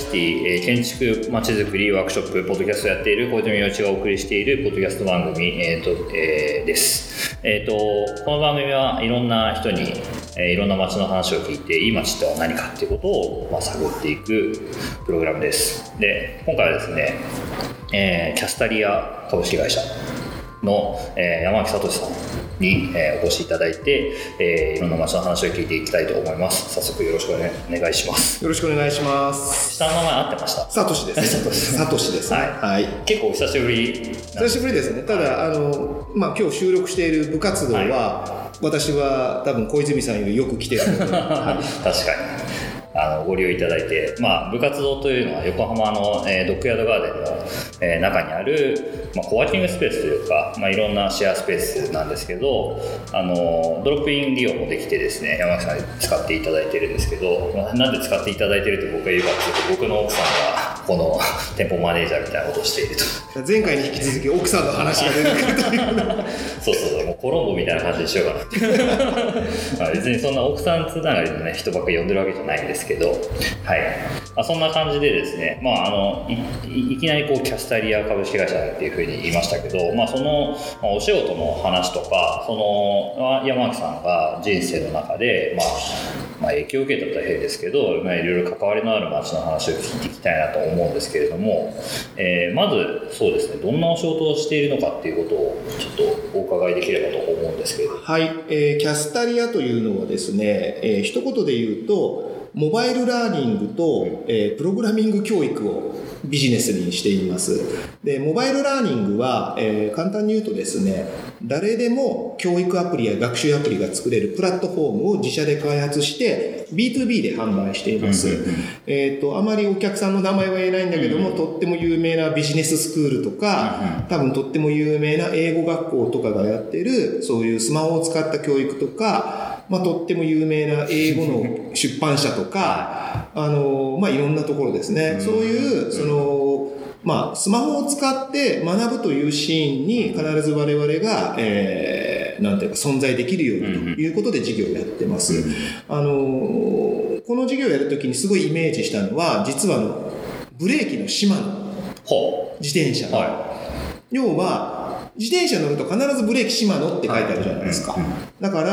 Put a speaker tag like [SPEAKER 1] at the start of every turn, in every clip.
[SPEAKER 1] シティ、建築まちづくりワークショップポッドキャストをやっている小泉洋一がお送りしているポッドキャスト番組、です。この番組はいろんな人に、いろんな街の話を聞いて、いい街とは何かっていうことを、探っていくプログラムです。で、今回はですね、キャスタリア株式会社の、山脇聡さんに、お越しいただいて、いろんな街の話を聞いていきたいと思います。早速よろしくお願いします。
[SPEAKER 2] よろしくお願いします。
[SPEAKER 1] 下の名前合ってました？
[SPEAKER 2] サトシです。サトシですね。はい。
[SPEAKER 1] 結構久しぶり。
[SPEAKER 2] 久しぶりですね。ただ今日収録している部活動は、私は多分小泉さんよりよく来てるので、
[SPEAKER 1] 確かに。ご利用いただいて、部活動というのは横浜の、ドッグヤードガーデンの、中にある、コワーキングスペースというか、いろんなシェアスペースなんですけど、ドロップイン利用もできてですね、山木さんに使っていただいてるんですけど、なんで使っていただいてると僕が言うかというと、僕の奥さんがこの店舗マネージャーみたいなことをしていると。
[SPEAKER 2] 前回に引き続き奥さんの話が出てくるという
[SPEAKER 1] そうもうコロンボみたいな感じにしようかなって別にそんな奥さんつながりの、人ばっかり呼んでるわけじゃないんですけど、はい、そんな感じでですね、いきなりこうキャスタリア株式会社っていうふうに言いましたけど、その、お仕事の話とか、その山脇さんが人生の中で、影響を受けたとは変ですけど、いろいろ関わりのある街の話を聞いていきたいなと思うんですけれども、まずそうですね、どんなお仕事をしているのかっていうことをちょっとお伺いできればと思うんですけれども。
[SPEAKER 2] はい、キャスタリアというのはですね、一言で言うとモバイルラーニングと、プログラミング教育をビジネスにしています。で、モバイルラーニングは、簡単に言うとですね、誰でも教育アプリや学習アプリが作れるプラットフォームを自社で開発して B2B で販売しています。あまりお客さんの名前は言えないんだけども、とっても有名なビジネススクールとか、多分とっても有名な英語学校とかがやってる、そういうスマホを使った教育とか、とっても有名な英語の出版社とか、いろんなところですね。そういう、スマホを使って学ぶというシーンに必ず我々が、なんていうか存在できるようにということで事業をやってます。この事業をやるときにすごいイメージしたのは、実はブレーキの島の自転車。要は、自転車乗ると必ずブレーキ島のって書いてあるじゃないですか。だから、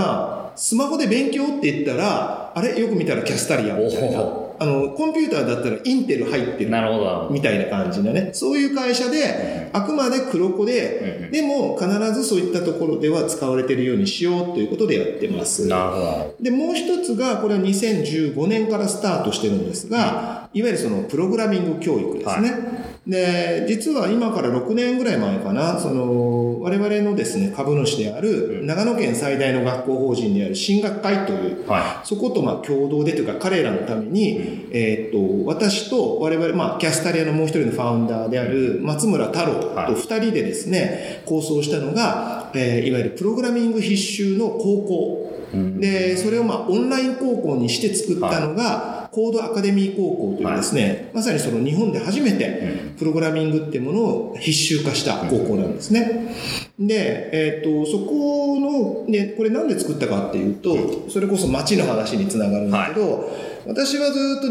[SPEAKER 2] スマホで勉強って言ったら、あれよく見たらキャスタリアみたいな。コンピューターだったらインテル入ってるみたいな感じのね、そういう会社で、あくまで黒子で、でも必ずそういったところでは使われているようにしようということでやってます。で、もう一つが、これは2015年からスタートしてるんですが、いわゆるそのプログラミング教育ですね。で、実は今から6年ぐらい前かな、我々のですね、株主である、長野県最大の学校法人である進学会という、そこと共同でというか、彼らのために、私と我々、キャスタリアのもう一人のファウンダーである松村太郎と二人でですね、構想したのが、いわゆるプログラミング必修の高校。で、それをオンライン高校にして作ったのが、コードアカデミー高校というですね、まさにその日本で初めてプログラミングっていうものを必修化した高校なんですね。で、そこの、ね、これなんで作ったかっていうと、それこそ街の話につながるんだけど、私はずっと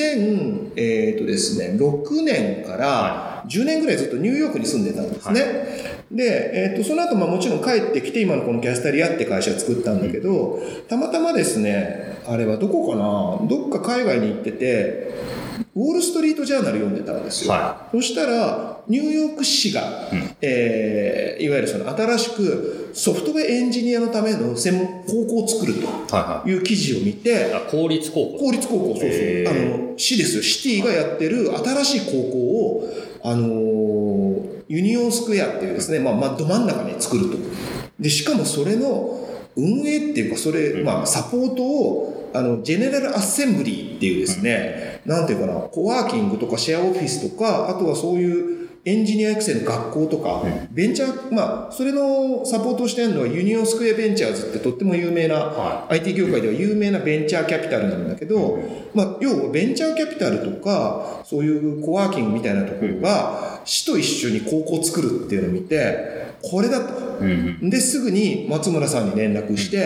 [SPEAKER 2] 6年から10年ぐらいずっとニューヨークに住んでたんですね。で、その後もちろん帰ってきて今のこのキャスタリアって会社を作ったんだけど、たまたまですね、あれはどこかな、どっか海外に行ってて、ウォールストリートジャーナル読んでたんですよ。そしたら、ニューヨーク市が、いわゆるその新しくソフトウェアエンジニアのための高校を作るという記事を見て、
[SPEAKER 1] 公立高校、
[SPEAKER 2] そうそう。市ですよ。シティがやってる新しい高校を、ユニオンスクエアっていうですね、ど真ん中に作ると。で、しかもそれの運営っていうか、それ、サポートを、ジェネラルアッセンブリーっていうですね、なんていうかな、コワーキングとかシェアオフィスとか、あとはそういうエンジニア育成の学校とか、ベンチャー、それのサポートをしているのはユニオンスクエアベンチャーズってとっても有名な、IT 業界では有名なベンチャーキャピタルなんだけど、要はベンチャーキャピタルとか、そういうコワーキングみたいなところが、市と一緒に高校を作るっていうのを見て、 これだと。ですぐに松村さんに連絡して、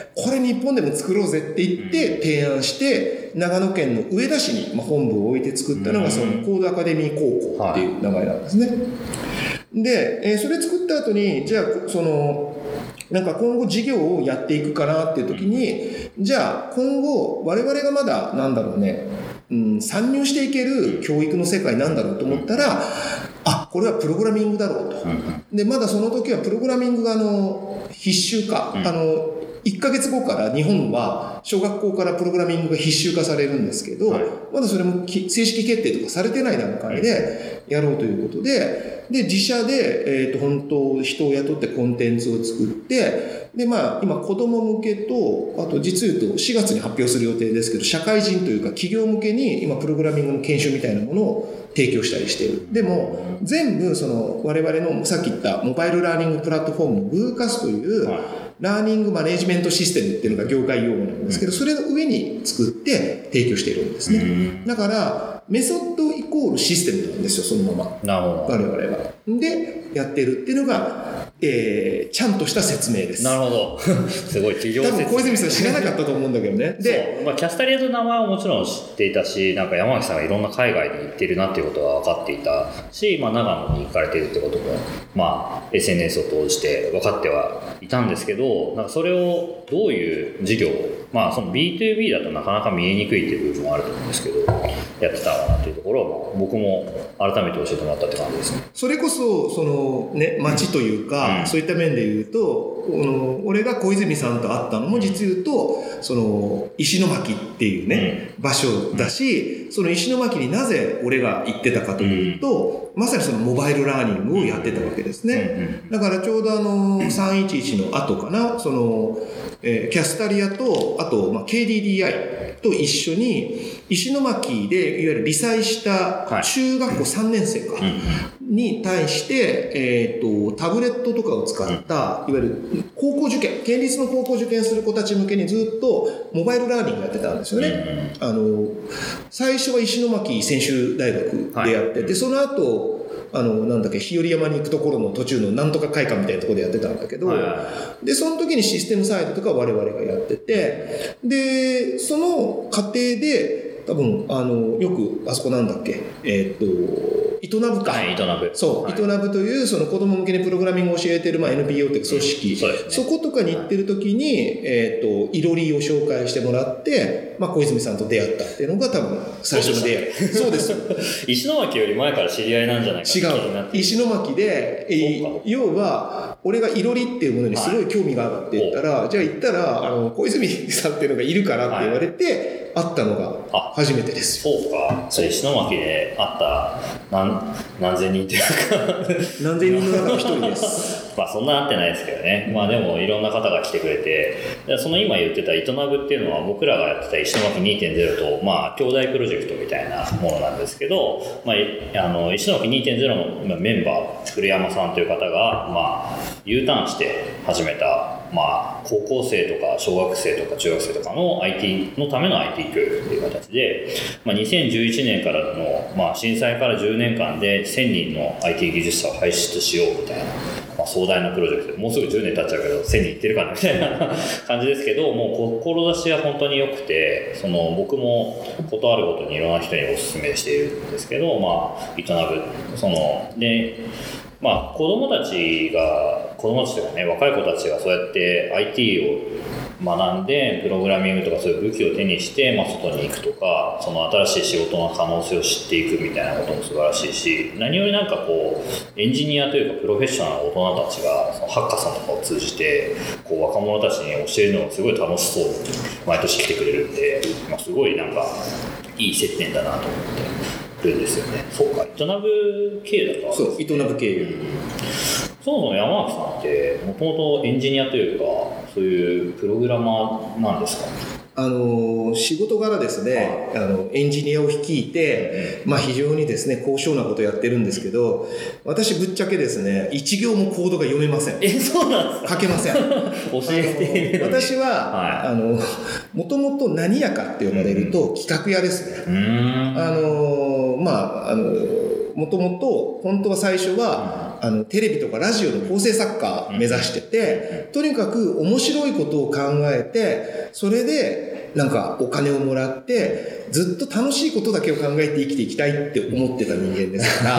[SPEAKER 2] これ日本でも作ろうぜって言って提案して、長野県の上田市に本部を置いて作ったのがそのコードアカデミー高校っていう名前なんですね。で、それ作った後に、じゃあなんか今後事業をやっていくかなっていう時に、じゃあ今後我々がまだなんだろうね、参入していける教育の世界なんだろうと思ったら、これはプログラミングだろうと。で、まだその時はプログラミングが必修化、1ヶ月後から日本は小学校からプログラミングが必修化されるんですけど、まだそれも正式決定とかされてない段階でやろうということで、自社で、本当人を雇ってコンテンツを作って、で、今子供向けと、あと実言うと4月に発表する予定ですけど、社会人というか企業向けに今プログラミングの研修みたいなものを提供したりしている。でも、全部我々のさっき言ったモバイルラーニングプラットフォームのブーカスという、ラーニングマネジメントシステムっていうのが業界用語なんですけど、それの上に作って提供しているんですね。だから、メソッドイコールシステムなんですよ、そのまま。
[SPEAKER 1] なるほど。
[SPEAKER 2] 我々は。で、やってるっていうのが、ちゃんとした説明です。
[SPEAKER 1] なるほど。すごい企業説明。
[SPEAKER 2] 多分小泉さん知らなかったと思うんだけどね。
[SPEAKER 1] で、キャスタリアという名前はもちろん知っていたし、なんか山脇さんがいろんな海外に行ってるなっていうことは分かっていたし、長野に行かれてるってことも、SNS を通して分かってはいたんですけど、なんかそれをどういう事業を、その B2B だとなかなか見えにくいっていう部分もあると思うんですけど、やってたなっていうところを、僕も改めて教えてもらったって感じですね。
[SPEAKER 2] それこそ、街というか、そういった面で言うと、俺が小泉さんと会ったのも実言うと、石巻っていうね、場所だし、その石巻になぜ俺が行ってたかというと、まさにそのモバイルラーニングをやってたわけですね。だからちょうど311の後かな、キャスタリアと、あと、KDDI と一緒に、石巻でいわゆる理災した中学校3年生か、に対して、タブレットとかを使った、いわゆる高校受験、県立の高校受験する子たち向けにずっとモバイルラーニングやってたんですよね。最初は石巻専修大学でやってて、その後、日和山に行くところの途中のなんとか会館みたいなところでやってたんだけど、で、その時にシステムサイドとか我々がやってて、で、その過程で、多分、よく、あそこなんだっけ、イトナブか。
[SPEAKER 1] はい、イトナブ。
[SPEAKER 2] そう、イトナブという、その子供向けにプログラミングを教えてる、NPO っていう組織。そことかに行ってる時に、イロリを紹介してもらって、小泉さんと出会ったっていうのが多分、最初の出会い。そうです。
[SPEAKER 1] 石巻より前から知り合いなんじゃないか
[SPEAKER 2] 違う。石巻で、要は、俺がイロリっていうものにすごい興味があるって言ったら、じゃあ行ったら、小泉さんっていうのがいるからって言われて、会ったのが初めてです
[SPEAKER 1] よ。そうか。石巻で会った何千人っていうか
[SPEAKER 2] 何千人の中の一人です。
[SPEAKER 1] そんな会ってないですけどね。でもいろんな方が来てくれて、その今言ってたイトナブっていうのは僕らがやってた石巻 2.0 と、兄弟プロジェクトみたいなものなんですけど、石巻 2.0 のメンバー、古山さんという方が、U ターンして始めた、高校生とか小学生とか中学生とかの IT のための IT 教育っていう形で、2011年からの、震災から10年間で1000人の IT 技術者を輩出しようみたいな、壮大なプロジェクトで、もうすぐ10年経っちゃうけど1000人いってるかなみたいな感じですけど、もう志は本当に良くて、僕もことあるごとにいろんな人にお勧めしているんですけど、イトナブで、子供たちというかね、若い子たちがそうやって IT を学んでプログラミングとかそういう武器を手にして、外に行くとか、その新しい仕事の可能性を知っていくみたいなことも素晴らしいし、何よりエンジニアというかプロフェッショナルな大人たちがそのハッカソンとかを通じて若者たちに教えるのがすごい楽しそうに毎年来てくれるんで、すごいいい接点だなと思ってるんですよね。そうか、イトナブ経由だったんですね。
[SPEAKER 2] そう、イトナブ経由。
[SPEAKER 1] そもそも山脇さんってもともとエンジニアというかそういうプログラマーなんですか？
[SPEAKER 2] 仕事柄ですね、エンジニアを率いて、非常にですね、高尚なことをやってるんですけど、私ぶっちゃけですね、一行もコードが読めません。
[SPEAKER 1] そうなんですか？
[SPEAKER 2] 書けません。
[SPEAKER 1] 教えて
[SPEAKER 2] 私は、もともと何屋かって呼ばれると企画屋ですね。もともと、本当は最初はテレビとかラジオの構成作家目指してて、とにかく面白いことを考えて、それでなんかお金をもらって、ずっと楽しいことだけを考えて生きていきたいって思ってた人間ですから、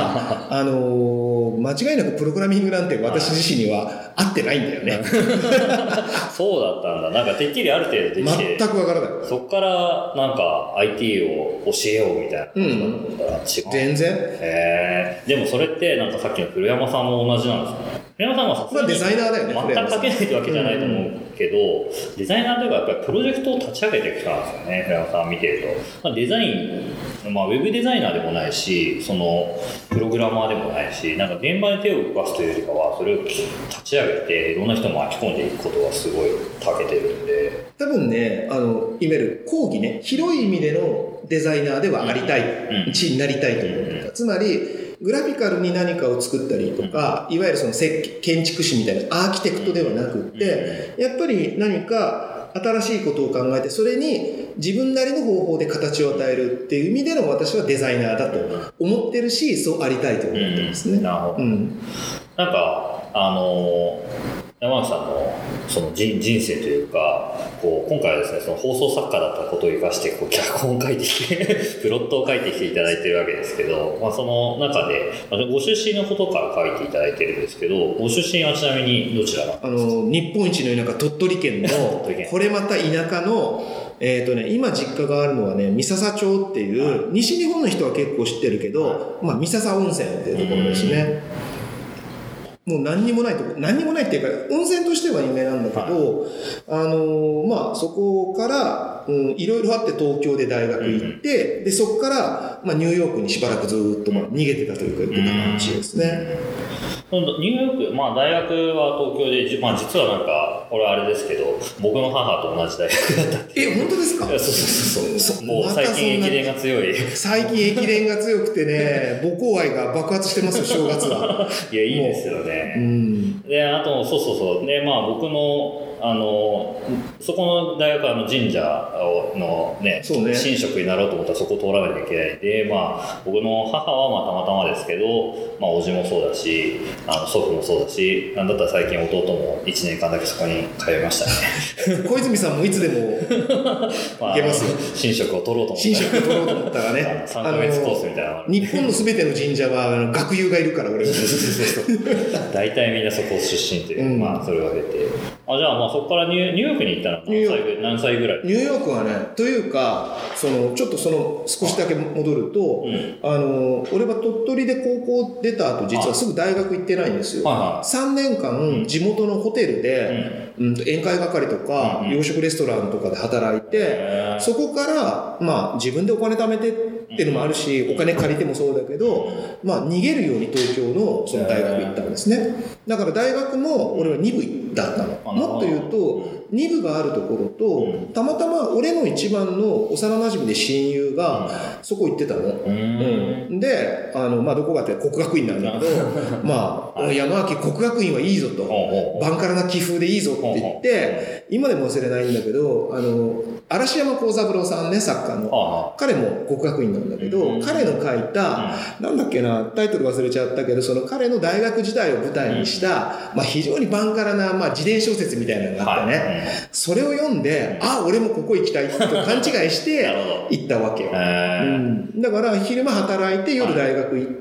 [SPEAKER 2] 間違いなくプログラミングなんて私自身には合ってないんだよね。
[SPEAKER 1] そうだったんだ。なんかてっきりある程度できて、
[SPEAKER 2] 全くわからない。
[SPEAKER 1] そっからなんか IT を教えようみたいなことだったら違う。
[SPEAKER 2] 全然。
[SPEAKER 1] でもそれってなんかさっきの古山さんも同じなんですよね。古山さんはさすがに
[SPEAKER 2] デザイナーだよね。
[SPEAKER 1] 全く書けないってわけじゃないと思うけど、デザイナーというかやっぱりプロジェクトを立ち上げていく人なんですよね。古山さん見てると。デザイン、ウェブデザイナーでもないし、そのプログラマーでもないし、なんか現場に手を動かすというよりかは、それを立ち上げていろんな人も巻き込んでいくことがすごい長けてるんで。
[SPEAKER 2] 多分ね、いわゆる講義ね、広い意味でのデザイナーではありたい、地になりたいと思ってた。つまり、グラフィカルに何かを作ったりとか、いわゆるその建築士みたいなアーキテクトではなくって、やっぱり何か新しいことを考えて、それに自分なりの方法で形を与えるっていう意味での私はデザイナーだと思ってるし、そうありたいと思ってますね。
[SPEAKER 1] なるほど。なんか、山内さんのその人生というか、今回はですね、その放送作家だったことを生かして、脚本を書いてきて、プロットを書いてきていただいてるわけですけど、その中で、ご出身のことから書いていただいてるんですけど、ご出身はちなみにどちらなんですか？
[SPEAKER 2] 日本一の田舎、鳥取県の、これまた田舎の、今実家があるのはね、三笹町っていう、西日本の人は結構知ってるけど、三笹温泉っていうところですね。もう何にもないとこ、何にもないっていうか、温泉としては有名なんだけど、そこから、いろいろあって東京で大学行って、で、そこから、ニューヨークにしばらくずっと逃げてたというか、って感じですね。
[SPEAKER 1] ニューヨーク、大学は東京で、実はなんか、これあれですけど、僕の母と同じ大学だったっていう。
[SPEAKER 2] 本当ですか？
[SPEAKER 1] そう。もう最近駅伝が強い。
[SPEAKER 2] 最近駅伝が強くてね、母校愛が爆発してますよ、正月は。
[SPEAKER 1] いや、いいですよね。で、あと、そう。で、僕の、そこの大学は神社のね、神職になろうと思ったらそこを通らなきゃいけないんで、僕の母はたまたまですけど、叔父もそうだし、祖父もそうだし、なんだったら最近弟も1年間だけそこに通いましたね。
[SPEAKER 2] 小泉さんもいつでも行けますよ。
[SPEAKER 1] 神職を取ろうと思ったら。
[SPEAKER 2] 神職を取ろうと思ったらね。
[SPEAKER 1] 3ヶ月コースみたいな。
[SPEAKER 2] 日本のすべての神社は学友がいるから、俺は。
[SPEAKER 1] 大体みんなそこ出身という、それを挙げて。じゃあそこからニューヨークに行ったのは何歳ぐらい？
[SPEAKER 2] ニューヨークはね、というか、ちょっと少しだけ戻ると、俺は鳥取で高校出た後、実はすぐ大学行ってないんですよ。3年間、地元のホテルで、宴会係とか、洋食レストランとかで働いて、そこから、自分でお金貯めてっていうのもあるし、お金借りてもそうだけど、逃げるように東京のその大学行ったんですね。だから大学も俺は2部だったの。もっと言うと、2部があるところと、たまたま俺の一番の幼馴染で親友がそこ行ってたの。で、どこかって国学院なんだけど、山脇国学院はいいぞと、バンカラな気風でいいぞって言って、今でも忘れないんだけど、嵐山幸三郎さんね、作家の。彼も国学院なんだけど、彼の書いた、なんだっけな、タイトル忘れちゃったけど、その彼の大学時代を舞台にした、非常にバンカラな、自伝小説みたいなのがあってね、それを読んで、俺もここ行きたいと勘違いして行ったわけよ。だから昼間働いて夜大学行って、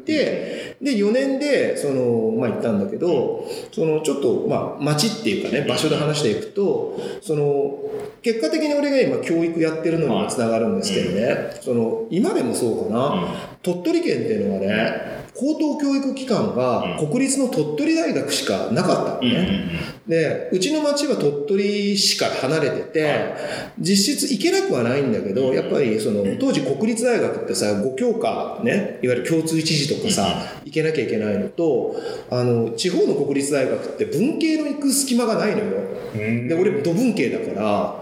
[SPEAKER 2] で4年で行ったんだけど、ちょっと町っていうかね、場所で話していくと、結果的に俺が今教育やってるのにもつながるんですけどね、今でもそうかな、鳥取県っていうのはね、高等教育機関が国立の鳥取大学しかなかったのね。で、うちの町は鳥取市から離れてて、実質行けなくはないんだけど、やっぱり当時国立大学ってさ、5教科ね、いわゆる共通一次とかさ、行けなきゃいけないのと、地方の国立大学って文系の行く隙間がないのよ。で、俺土文系だから、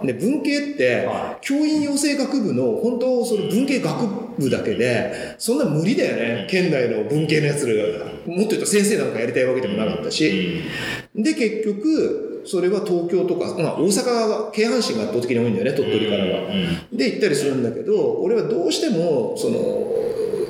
[SPEAKER 2] で、文系って、教員養成学部の、本当文系学部だけで、そんな無理だよね。県内の文系のやつらが。もっと言うと先生なんかやりたいわけでもなかったし。で、結局、それは東京とか、大阪は京阪神が圧倒的に多いんだよね、鳥取からは。で、行ったりするんだけど、俺はどうしても、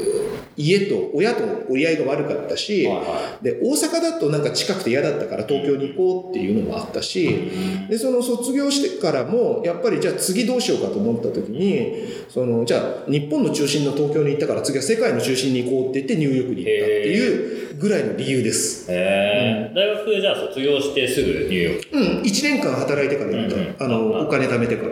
[SPEAKER 2] 家と親と折り合いが悪かったし、で大阪だとなんか近くて嫌だったから東京に行こうっていうのもあったし、でその卒業してからもやっぱりじゃあ次どうしようかと思った時にじゃあ日本の中心の東京に行ったから次は世界の中心に行こうって言ってニューヨークに行ったっていうぐらいの理由です。
[SPEAKER 1] 大学じゃあ卒業してすぐニューヨーク？1
[SPEAKER 2] 年間働いてから行った、お金貯めてから、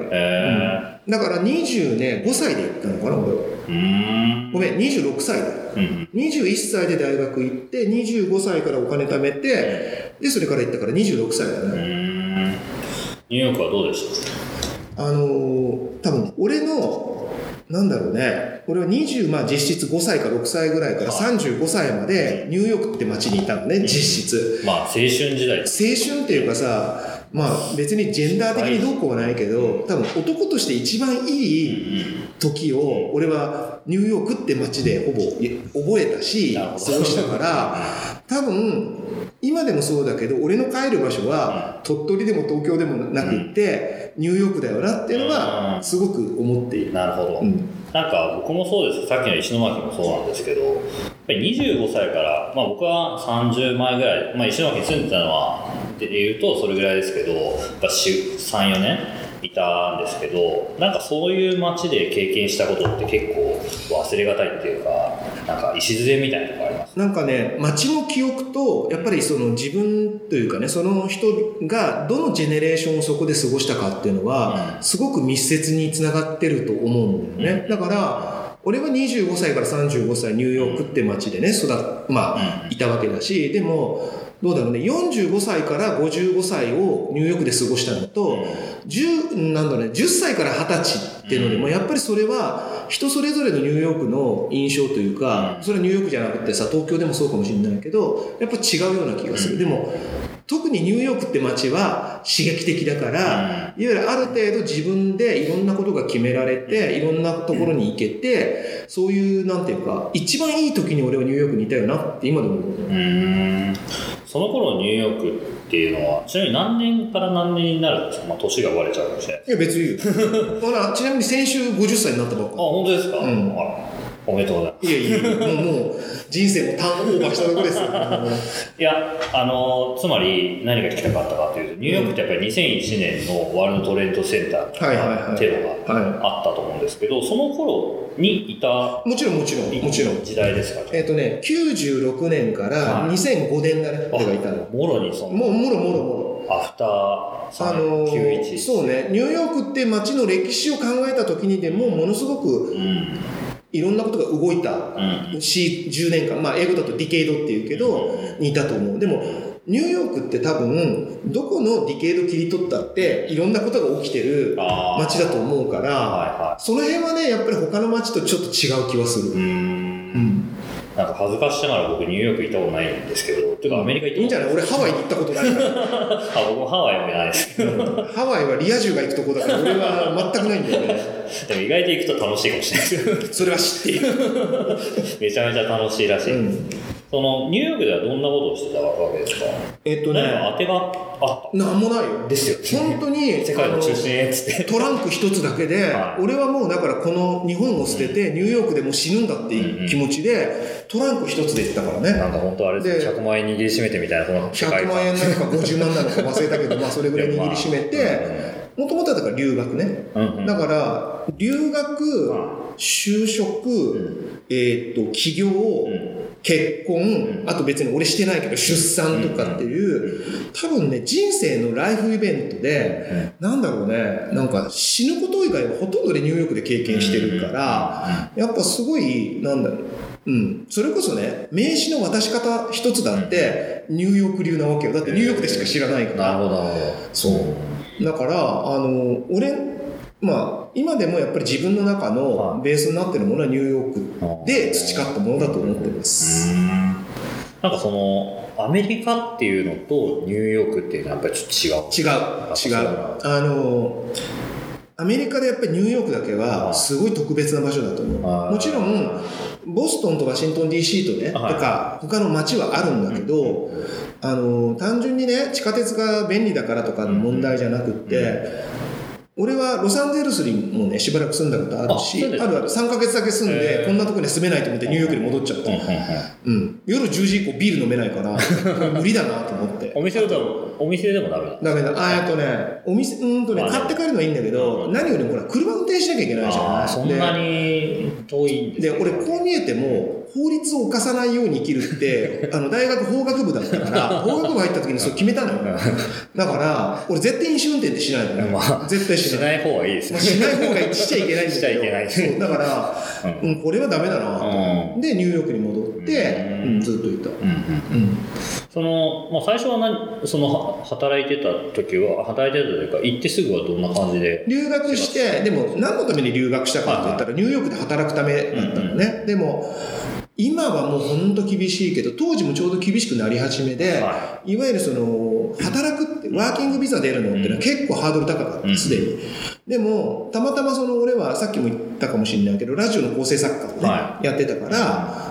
[SPEAKER 2] だから25歳で行ったのかな俺は。ごめん26歳だ、21歳で大学行って25歳からお金貯めて、でそれから行ったから26歳だね。
[SPEAKER 1] ニューヨークはどうでした？
[SPEAKER 2] 多分俺のなんだろうね、俺は実質5歳か6歳ぐらいから35歳までニューヨークって街にいたのね、実質。
[SPEAKER 1] 青春時代。青
[SPEAKER 2] 春っていうかさ、別にジェンダー的にどうこうはないけど、多分男として一番いい時を俺はニューヨークって街でほぼ覚えたし過ごしたから、多分今でもそうだけど俺の帰る場所は鳥取でも東京でもなくってニューヨークだよなっていうのはすごく思っている。
[SPEAKER 1] なるほど、なんか僕もそうです。さっきの石巻もそうなんですけど、やっぱり25歳から、僕は30前ぐらい、石巻に住んでたのはで言うとそれぐらいですけど、やっぱ 3,4 年いたんですけど、なんかそういう街で経験したことって結構忘れがたいっていうか、なんか礎みたいなのがあります。
[SPEAKER 2] なんかね、街の記憶とやっぱりその自分というかね、その人がどのジェネレーションをそこで過ごしたかっていうのは、すごく密接につながってると思うんだよね。だから俺は25歳から35歳ニューヨークって街でねいたわけだし、でもどうだろうね、45歳から55歳をニューヨークで過ごしたのと、10歳から20歳っていうのでも、やっぱりそれは人それぞれのニューヨークの印象というか、それはニューヨークじゃなくてさ、東京でもそうかもしれないけど、やっぱ違うような気がする。でも特にニューヨークって街は刺激的だから、いわゆるある程度自分でいろんなことが決められて、いろんなところに行けて、そういうなんていうか、一番いい時に俺はニューヨークにいたよなって今でも思う。
[SPEAKER 1] その頃ニューヨークっていうのはちなみに何年から何年になるんですか？年がバレちゃうかもしれない。
[SPEAKER 2] いや別にいいよほら、ちなみに先週50歳になったばっか。
[SPEAKER 1] 本当ですか？おめでとうございます。
[SPEAKER 2] いやもう人生もターンオーバーしたところですよ
[SPEAKER 1] いやつまり何が聞きたかったかというと、ニューヨークってやっぱり2001年のワールドトレードセンターのテロがあったと思うんですけど、その頃にいた
[SPEAKER 2] もちろん
[SPEAKER 1] 時代ですか
[SPEAKER 2] ？96年から2005年だね、俺がいたの。
[SPEAKER 1] もろにその
[SPEAKER 2] もろ
[SPEAKER 1] アフター391。
[SPEAKER 2] そうね、ニューヨークって街の歴史を考えた時にでもものすごく、いろんなことが動いたし、10年間、英語だとディケイドっていうけど、にいたと思う。でもニューヨークって多分どこのディケイド切り取ったっていろんなことが起きてる街だと思うから、その辺はねやっぱり他の街とちょっと違う気はする。
[SPEAKER 1] なんか恥ずかしながら僕ニューヨーク行ったことないんですけど、てかアメリカ行ったことない。
[SPEAKER 2] いいんじゃない？俺ハワイに行ったことないから
[SPEAKER 1] 僕もハワイはないですけど
[SPEAKER 2] ハワイはリア充が行くとこだから俺は全くないんだよね
[SPEAKER 1] でも意外と行くと楽しいかもしれないです
[SPEAKER 2] それは知っている
[SPEAKER 1] めちゃめちゃ楽しいらしい、そのニューヨークではどんなことをしてたわけですか？当てがあった？
[SPEAKER 2] なんもないよ。
[SPEAKER 1] ですよ、
[SPEAKER 2] 本当に
[SPEAKER 1] 世界の中心へっつって
[SPEAKER 2] トランク一つだけで、俺はもうだからこの日本を捨ててニューヨークでもう死ぬんだっていう気持ちで、トランク一つで行ったからね。
[SPEAKER 1] なんか本当あれですね、100万円握りしめてみたいな、この
[SPEAKER 2] 100万円なのか50万なのか忘れたけどそれぐらい握りしめて、もともとはだから留学ね、だから留学、就職、起業、結婚、あと別に俺してないけど出産とかっていう、多分ね人生のライフイベントで、なんだろうね、なんか死ぬこと以外はほとんどでニューヨークで経験してるから、やっぱすごいなんだろう、それこそね名刺の渡し方一つだってニューヨーク流なわけよ。だってニューヨークでしか知らないから。
[SPEAKER 1] なるほど。
[SPEAKER 2] そうだから俺今でもやっぱり自分の中のベースになってるものはニューヨークで培ったものだと思ってます。
[SPEAKER 1] なんかそのアメリカっていうのとニューヨークっていうのはやっぱりちょっと違
[SPEAKER 2] う。アメリカでやっぱりニューヨークだけはすごい特別な場所だと思う。もちろんボストンとワシントン DC とね、とか他の街はあるんだけど、単純にね地下鉄が便利だからとかの問題じゃなくって、 俺はロサンゼルスにもねしばらく住んだことあるし、ある3ヶ月だけ住んでこんなとこには住めないと思ってニューヨークに戻っちゃった、夜10時以降ビール飲めないから無理だなと思って
[SPEAKER 1] お店でもダメだ
[SPEAKER 2] お店買って帰るのはいいんだけど、何よりもほら車運転しなきゃいけないじゃん。
[SPEAKER 1] そんなに遠いんです
[SPEAKER 2] で俺こう見えても法律を犯さないように生きるって大学法学部だったから法学部入った時にそう決めたのよ。だから俺絶対飲酒運転ってしないのよ、絶対しない
[SPEAKER 1] 方がいいですね。
[SPEAKER 2] しない方がいい、しちゃいけないんだけどそうだから、これはダメだなと、でニューヨークに戻って、ずっといた。
[SPEAKER 1] 最初は働いてたというか行ってすぐはどんな感じで
[SPEAKER 2] 留学して、でも何のために留学したかって言ったら、ニューヨークで働くためだったのね。でも今はもう本当厳しいけど、当時もちょうど厳しくなり始めで、いわゆる働くってワーキングビザ出るのっていうのは結構ハードル高かった、すでに。でもたまたま俺はさっきも言ったかもしれないけどラジオの構成作家をね、やってたから、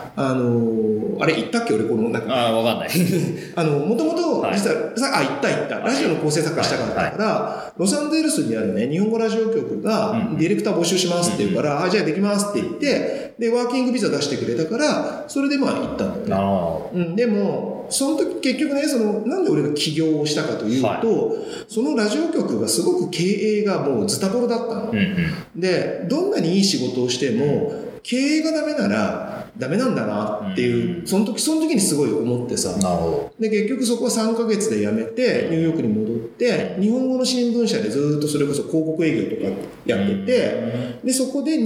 [SPEAKER 2] あれ言ったっけ俺この
[SPEAKER 1] わかんない
[SPEAKER 2] もともと実は言ったラジオの構成作家したかったから、ロサンゼルスにあるね日本語ラジオ局がディレクター募集しますって言うから、じゃあできますって言って、でワーキングビザ出してくれたからそれで行ったんだよね。でもその時結局ねなんで俺が起業をしたかというと、そのラジオ局がすごく経営がもうズタボロだったの、でどんなにいい仕事をしても経営がダメならダメなんだなっていう、その時にすごい思ってさ、で結局そこは3ヶ月で辞めてニューヨークに戻って、日本語の新聞社でずっとそれこそ広告営業とかやってて、でそこで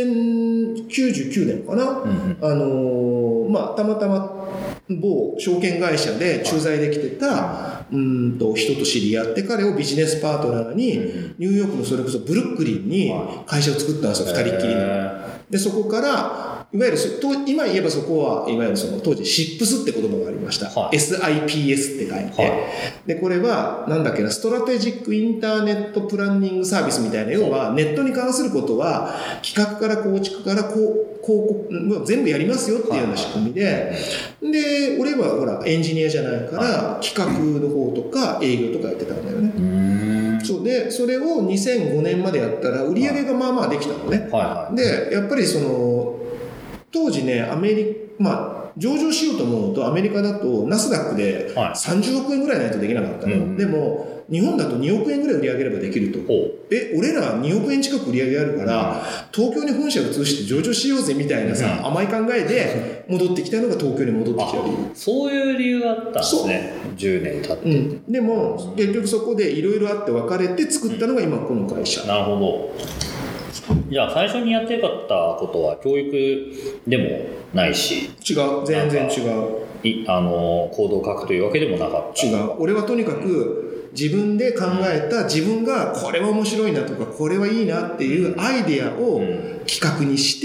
[SPEAKER 2] 2099年かな、たまたま某証券会社で駐在できてた人と知り合って、彼をビジネスパートナーにニューヨークのそれこそブルックリンに会社を作ったんですよ、2人っきりの。でそこからいわゆる今言えばそこはいわゆる当時シップスって言葉がありました、SIPS って書いて、でこれはなんだっけな、ストラテジックインターネットプランニングサービスみたいな、要はネットに関することは企画から構築から広告全部やりますよっていうような仕組みで、で俺はほらエンジニアじゃないから企画の方とか営業とかやってたんだよね。そうでそれを2005年までやったら売り上げがまあまあできたのね。でやっぱり当時ね上場しようと思うとアメリカだとナスダックで30億円ぐらいないとできなかったの、でも日本だと2億円ぐらい売り上げればできると。俺ら2億円近く売り上げあるから、東京に本社を移して上場しようぜみたいなさ、甘い考えで戻ってきたのが東京に戻ってきた理由。
[SPEAKER 1] そういう理由があったんですね。10年経って、
[SPEAKER 2] でも結局そこでいろいろあって別れて作ったのが今この会社。
[SPEAKER 1] なるほど。じゃあ最初にやってよかったことは教育でもないし、
[SPEAKER 2] 違う、全然違う。
[SPEAKER 1] コードを書くというわけでもなかった。
[SPEAKER 2] 違う。俺はとにかく自分で考えた、自分がこれは面白いなとかこれはいいなっていうアイデアを企画にして、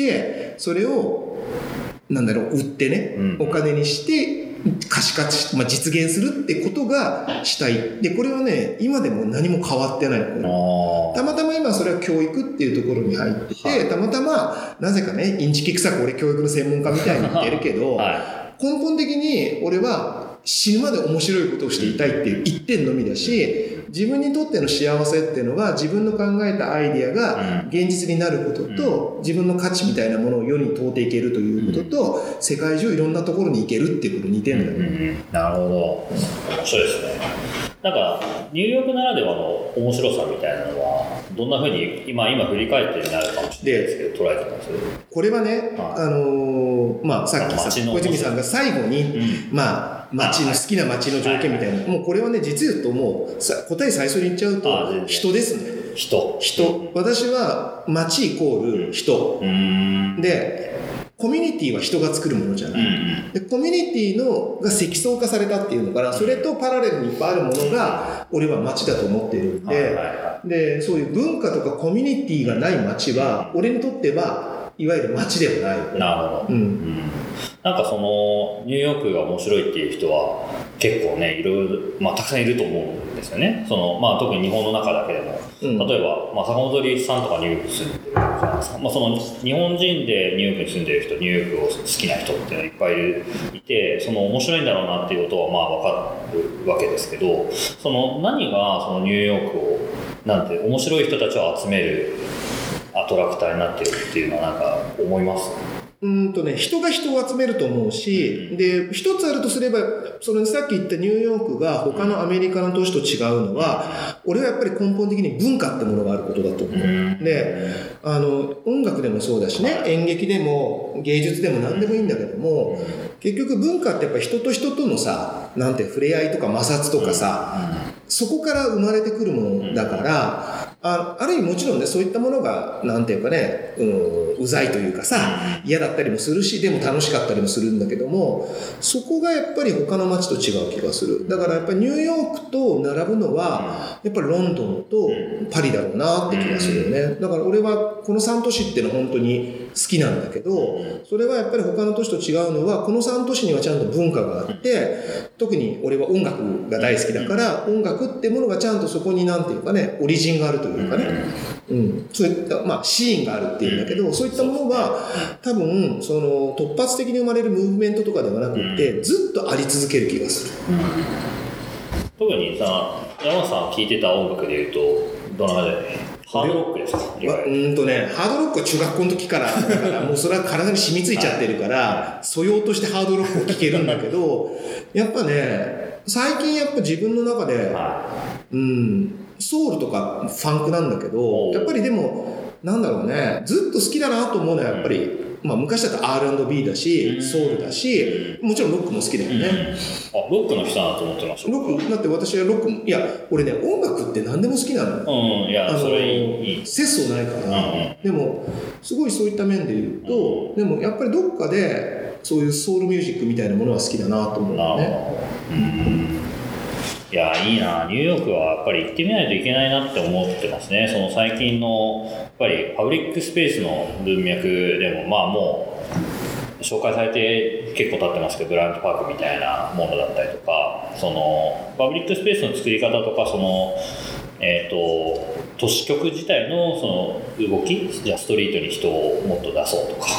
[SPEAKER 2] それを売ってね、お金にして可視化し、実現するってことがしたい。でこれはね今でも何も変わってないの。たまたま今それは教育っていうところに入ってて、たまたまなぜかねインチキ臭く俺教育の専門家みたいに言ってるけど、根本的に俺は死ぬまで面白いことをしていたいっていう一点のみだし、自分にとっての幸せっていうのが自分の考えたアイディアが現実になることと、自分の価値みたいなものを世に問うていけるということと、世界中いろんなところに行けるっていうこと2点だよね。
[SPEAKER 1] なるほど。そうですね。なんかニューヨークならではの面白さみたいなのはどんなふうに今振り返ってになるかもしれないですけど捉えてます？
[SPEAKER 2] これはね、さっき小泉さんが最後に、街の好きな街の条件みたいな、もうこれはね実言うともう答え最初に言っちゃうと人ですね。人。私は街イコール人で、コミュニティは人が作るものじゃない、でコミュニティが積層化されたっていうのから、それとパラレルにいっぱいあるものが俺は街だと思っているんで、でそういう文化とかコミュニティがない街は俺にとってはいわゆる街ではない。
[SPEAKER 1] なるほど。なんかニューヨークが面白いっていう人は結構ねいろいろ、たくさんいると思うんですよね。特に日本の中だけでも、例えば、坂本龍一さんとかニューヨーク住んでるじゃないなんですか、その日本人でニューヨークに住んでる人、ニューヨークを好きな人っていうのはいっぱいいて、その面白いんだろうなっていうことは分かるわけですけど、その何がそのニューヨークをなんて面白い人たちを集めるアトラクターになってるっていうのはなんか思います？
[SPEAKER 2] 人が人を集めると思うし、で、一つあるとすれば、そのさっき言ったニューヨークが他のアメリカの都市と違うのは、俺はやっぱり根本的に文化ってものがあることだと思う。で、音楽でもそうだしね、演劇でも芸術でも何でもいいんだけども、結局文化ってやっぱ人と人とのさ、なんて触れ合いとか摩擦とかさ、そこから生まれてくるものだから、ある意味もちろんね、そういったものが、なんていうかね、うざいというかさ、嫌だったりもするし、でも楽しかったりもするんだけども、そこがやっぱり他の街と違う気がする。だからやっぱりニューヨークと並ぶのは、やっぱりロンドンとパリだろうなって気がするよね。だから俺はこの3都市っていうのは本当に好きなんだけど、それはやっぱり他の都市と違うのは、この3都市にはちゃんと文化があって、特に俺は音楽が大好きだから、音楽ってものがちゃんとそこになんていうかね、オリジンがあるというかね、そういった、シーンがあるっていうんだけど、そういったものは多分その突発的に生まれるムーブメントとかではなくて、ずっとあり続ける気がする。
[SPEAKER 1] 特にさ、山本さん聴いてた音楽でいうとどんな感じだよね？ハードロックですか？
[SPEAKER 2] ハードロックは中学校の時からだからもうそれは体に染みついちゃってるから素養としてハードロックを聴けるんだけどやっぱね最近やっぱ自分の中で、ソウルとかファンクなんだけどやっぱりでもなんだろうねずっと好きだなと思うのはやっぱり昔だと R&B だし、ソウルだし、もちろんロックも好きだよね。
[SPEAKER 1] ロックの人だなと思ってました。
[SPEAKER 2] ロック、だって私はロック、いや、俺ね、音楽って何でも好きなの。
[SPEAKER 1] いや、それいい。
[SPEAKER 2] 節操ないから、でも、すごいそういった面で言うと、でもやっぱりどっかで、そういうソウルミュージックみたいなものは好きだなと思うよね。
[SPEAKER 1] いやいいな、ニューヨークはやっぱり行ってみないといけないなって思ってますね。その最近のやっぱりパブリックスペースの文脈でももう紹介されて結構経ってますけどブライアントパークみたいなものだったりとかそのパブリックスペースの作り方とかその都市局自体のその動きじゃあストリートに人をもっと出そうとか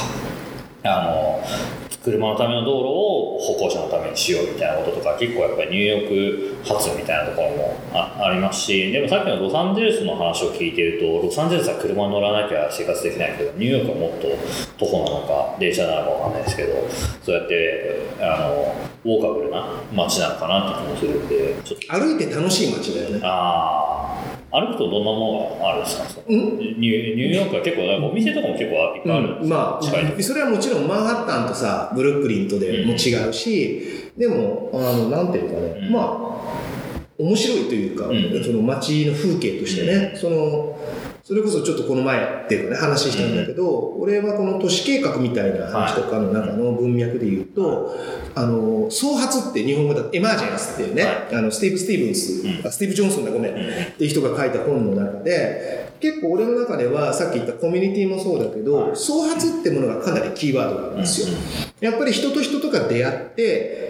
[SPEAKER 1] 車のための道路を歩行者のためにしようみたいなこととか結構やっぱりニューヨーク発みたいなところも ありますしでもさっきのロサンゼルスの話を聞いてるとロサンゼルスは車に乗らなきゃ生活できないけどニューヨークはもっと徒歩なのか電車なのかわかんないですけどそうやってウォーカブルな街なのかなって気もするんでちょっと
[SPEAKER 2] 歩いて楽しい街だよね。
[SPEAKER 1] 歩くとどんなものがあるんですか？ニューヨークは結構なんかお店とかも結構いっぱいあるんですか？
[SPEAKER 2] それはもちろんマンハッタンとさブルックリンとでも違うし、でもなんていうかね、面白いというか、その街の風景としてね、それこそちょっとこの前っていうかね話したんだけど、俺はこの都市計画みたいな話とかの中の文脈で言うと、創発って日本語だとエマージェンスっていうね、スティーブ・スティーブンス、スティーブ・ジョンソンだごめん、っていう人が書いた本の中で、結構俺の中ではさっき言ったコミュニティもそうだけど、創発ってものがかなりキーワードなんですよ。やっぱり人と人とが出会って、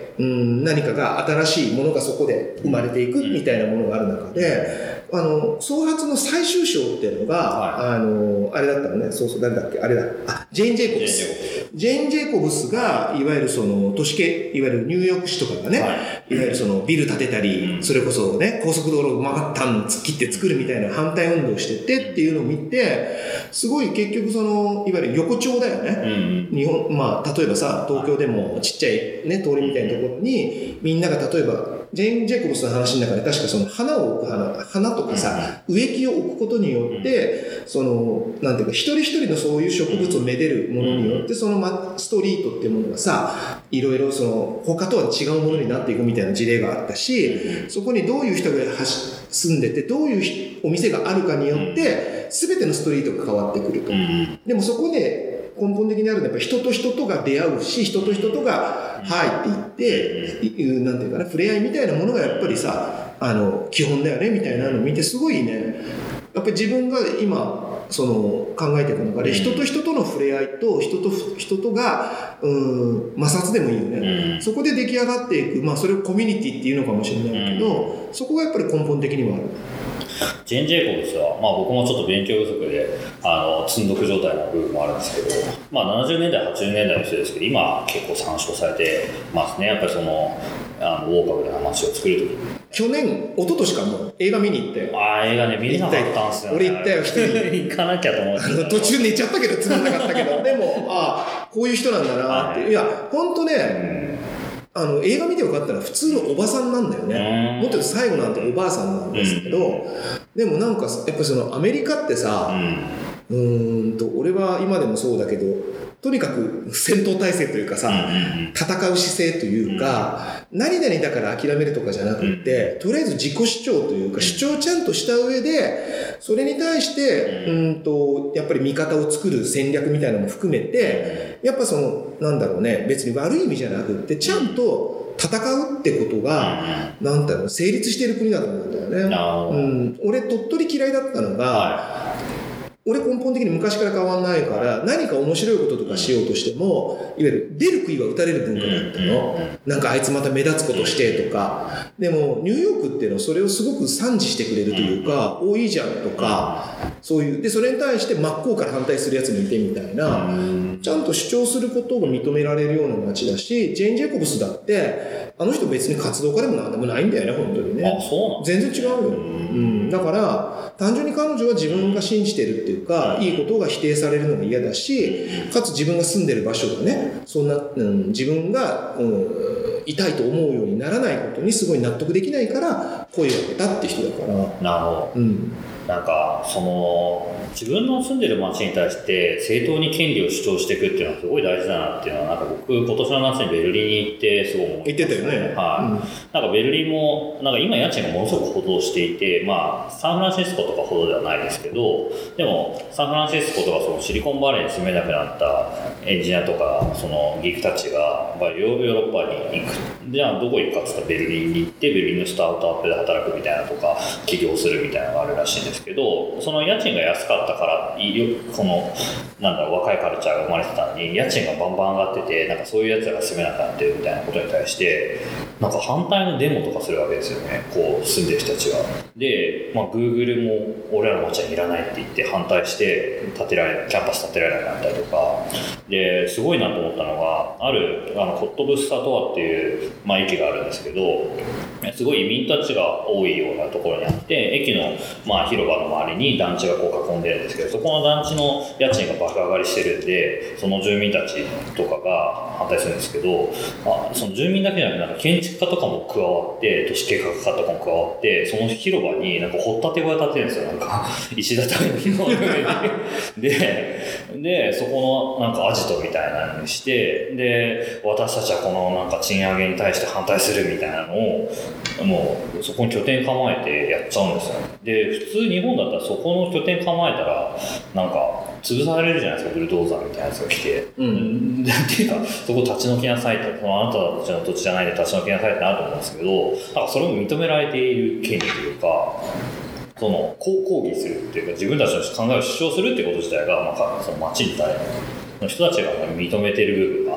[SPEAKER 2] 何かが新しいものがそこで生まれていくみたいなものがある中で、創発の最終章っていうのが、あれだったのね、誰だっけ、あれだ、ジェーン・ジェイコブス。ジェーン・ジェイコブスが、いわゆるその都市系、いわゆるニューヨーク市とかがね、いわゆるそのビル建てたり、それこそね、高速道路をマンハッタン切って作るみたいな反対運動をしててっていうのを見て、すごい結局いわゆる横丁だよね。日本、例えばさ、東京でもちっちゃいね、通りみたいなところに、みんなが例えば、ジェーン・ジェイコブスの話の中で確かその花を置く花とかさ、植木を置くことによって、なんていうか、一人一人のそういう植物をめでるものによって、ストリートっていうものがさ、いろいろ他とは違うものになっていくみたいな事例があったし、そこにどういう人が住んでて、どういうお店があるかによって、すべてのストリートが変わってくると。でもそこで、根本的にあるのはやっぱ人と人とが出会うし、人と人とがはいって言って、なんていうかな、触れ合いみたいなものがやっぱりさ、基本だよねみたいなのを見てすごいね、やっぱり自分が今、考えていく中で、人と人との触れ合いと人と人とが、摩擦でもいいよね。そこで出来上がっていく、それをコミュニティっていうのかもしれないけど、そこがやっぱり根本的にはある。
[SPEAKER 1] ジェン・ジェイコブスは、僕もちょっと勉強不足で積んどく状態な部分もあるんですけど、70年代80年代の人ですけど、今結構参照されてますね。やっぱりそのウォーカブルな街を作るときに。
[SPEAKER 2] 去年一昨年かも映画見に行ったよ。
[SPEAKER 1] 映画ね、見れなかったんですよね。
[SPEAKER 2] 俺行ったよ、一人
[SPEAKER 1] 行かなきゃと思って
[SPEAKER 2] 途中寝ちゃったけどつまんなかったけどでもこういう人なんだなって、いや本当ね、映画見てよかったら普通のおばさんなんだよね。もっと言うと最後なんておばあさんなんですけど、でもなんかやっぱりそのアメリカってさ、俺は今でもそうだけど、とにかく戦闘態勢というかさ、戦う姿勢というか、何々だから諦めるとかじゃなくって、とりあえず自己主張というか、主張をちゃんとした上で、それに対して、やっぱり味方を作る戦略みたいなのも含めて、やっぱその、なんだろうね、別に悪い意味じゃなくって、ちゃんと戦うってことが、なんだろう、成立している国だと思うんだよね。俺、鳥取嫌いだったのが、俺根本的に昔から変わんないから、何か面白いこととかしようとしても、いわゆる出る杭は打たれる文化だったの。なんかあいつまた目立つことしてとか。でもニューヨークっていうのはそれをすごく賛辞してくれるというか、いいじゃんとか、そういう。で、それに対して真っ向から反対するやつもいてみたいな、ちゃんと主張することが認められるような街だし、ジェーン・ジェイコブスだって、あの人別に活動家でもなんでもないんだよね、本当にね。
[SPEAKER 1] そうなん
[SPEAKER 2] 全然違うよ。だから、単純に彼女は自分が信じてるっていうか、いいことが否定されるのが嫌だし、かつ自分が住んでる場所がね、そんな、自分が、痛いと思うようにならないことにすごい納得できないから声を上げたって人だから。
[SPEAKER 1] なるほど。なんかその自分の住んでる街に対して正当に権利を主張していくっていうのはすごい大事だなっていうのは、なんか僕今年の夏にベルリンに行ってすごい思いました。
[SPEAKER 2] 行ってたよね。
[SPEAKER 1] なんかベルリンもなんか今家賃がものすごく補導していて、サンフランシスコとかほどではないですけど、でもサンフランシスコとかそのシリコンバレーに住めなくなったエンジニアとかそのギークたちがやっぱりヨーロッパに行く、じゃあどこ行くかって言ったらベルリンに行って、ベルリンのスタートアップで働くみたいなとか起業するみたいなのがあるらしいんですけど、その家賃が安かったからこの若いカルチャーが生まれてたのに、家賃がバンバン上がってて、なんかそういうやつらが住めなくなってるみたいなことに対してなんか反対のデモとかするわけですよね、こう住んでる人たちが。で、Google も俺らの街はいらないって言って反対してキャンパス建てられなくなったりとかですごいなと思ったのが、あるコットブスタトアっていう、駅があるんですけど、すごい移民たちが多いようなところにあって、駅の、広場の周りに団地がこう囲んでるんですけど、そこの団地の家賃が爆上がりしてるんで、その住民たちとかが反対するんですけど、その住民だけじゃなくて、なんか建築家とかも加わって、都市計画家とかも加わって、その広場になんか掘ったて小屋建てるんですよ、なんか石畳の広場の上にでそこのなんかアジトみたいなのにして、で私たちはこのなんか賃上げに対して反対するみたいなのをもうそこに拠点構えてやっちゃうんですよ。で普通日本だったらそこの拠点構えたらなんか潰されるじゃないですか、ブルドーザーみたいなやつが来て、っていうかそこ立ち退きなさいと、あなたたちの土地じゃないで立ち退きなさいってなると思うんですけど、なんかそれも認められている権利というか、その抗議するっていうか自分たちの考えを主張するってこと自体が、その街に対の人たちが認めている部分があって、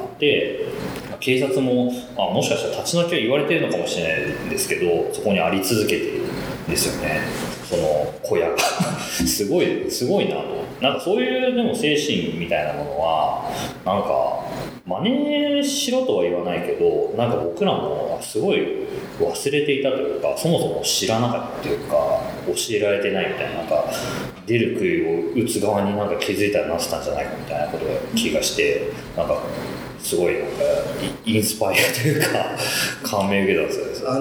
[SPEAKER 1] 警察も、もしかしたら立ち退きは言われているのかもしれないんですけど、そこにあり続けているんですよね、その小屋がすごいなと。なんかそういうでも精神みたいなものはなんか真似しろとは言わないけど、なんか僕らもすごい忘れていたというか、そもそも知らなかったというか教えられてないみたいな、なんか出る杭を打つ側になんか気づいたらなってたんじゃないかみたいなことが気がして、なんかすごいなんかインスパイアというか感銘受けたんですよ。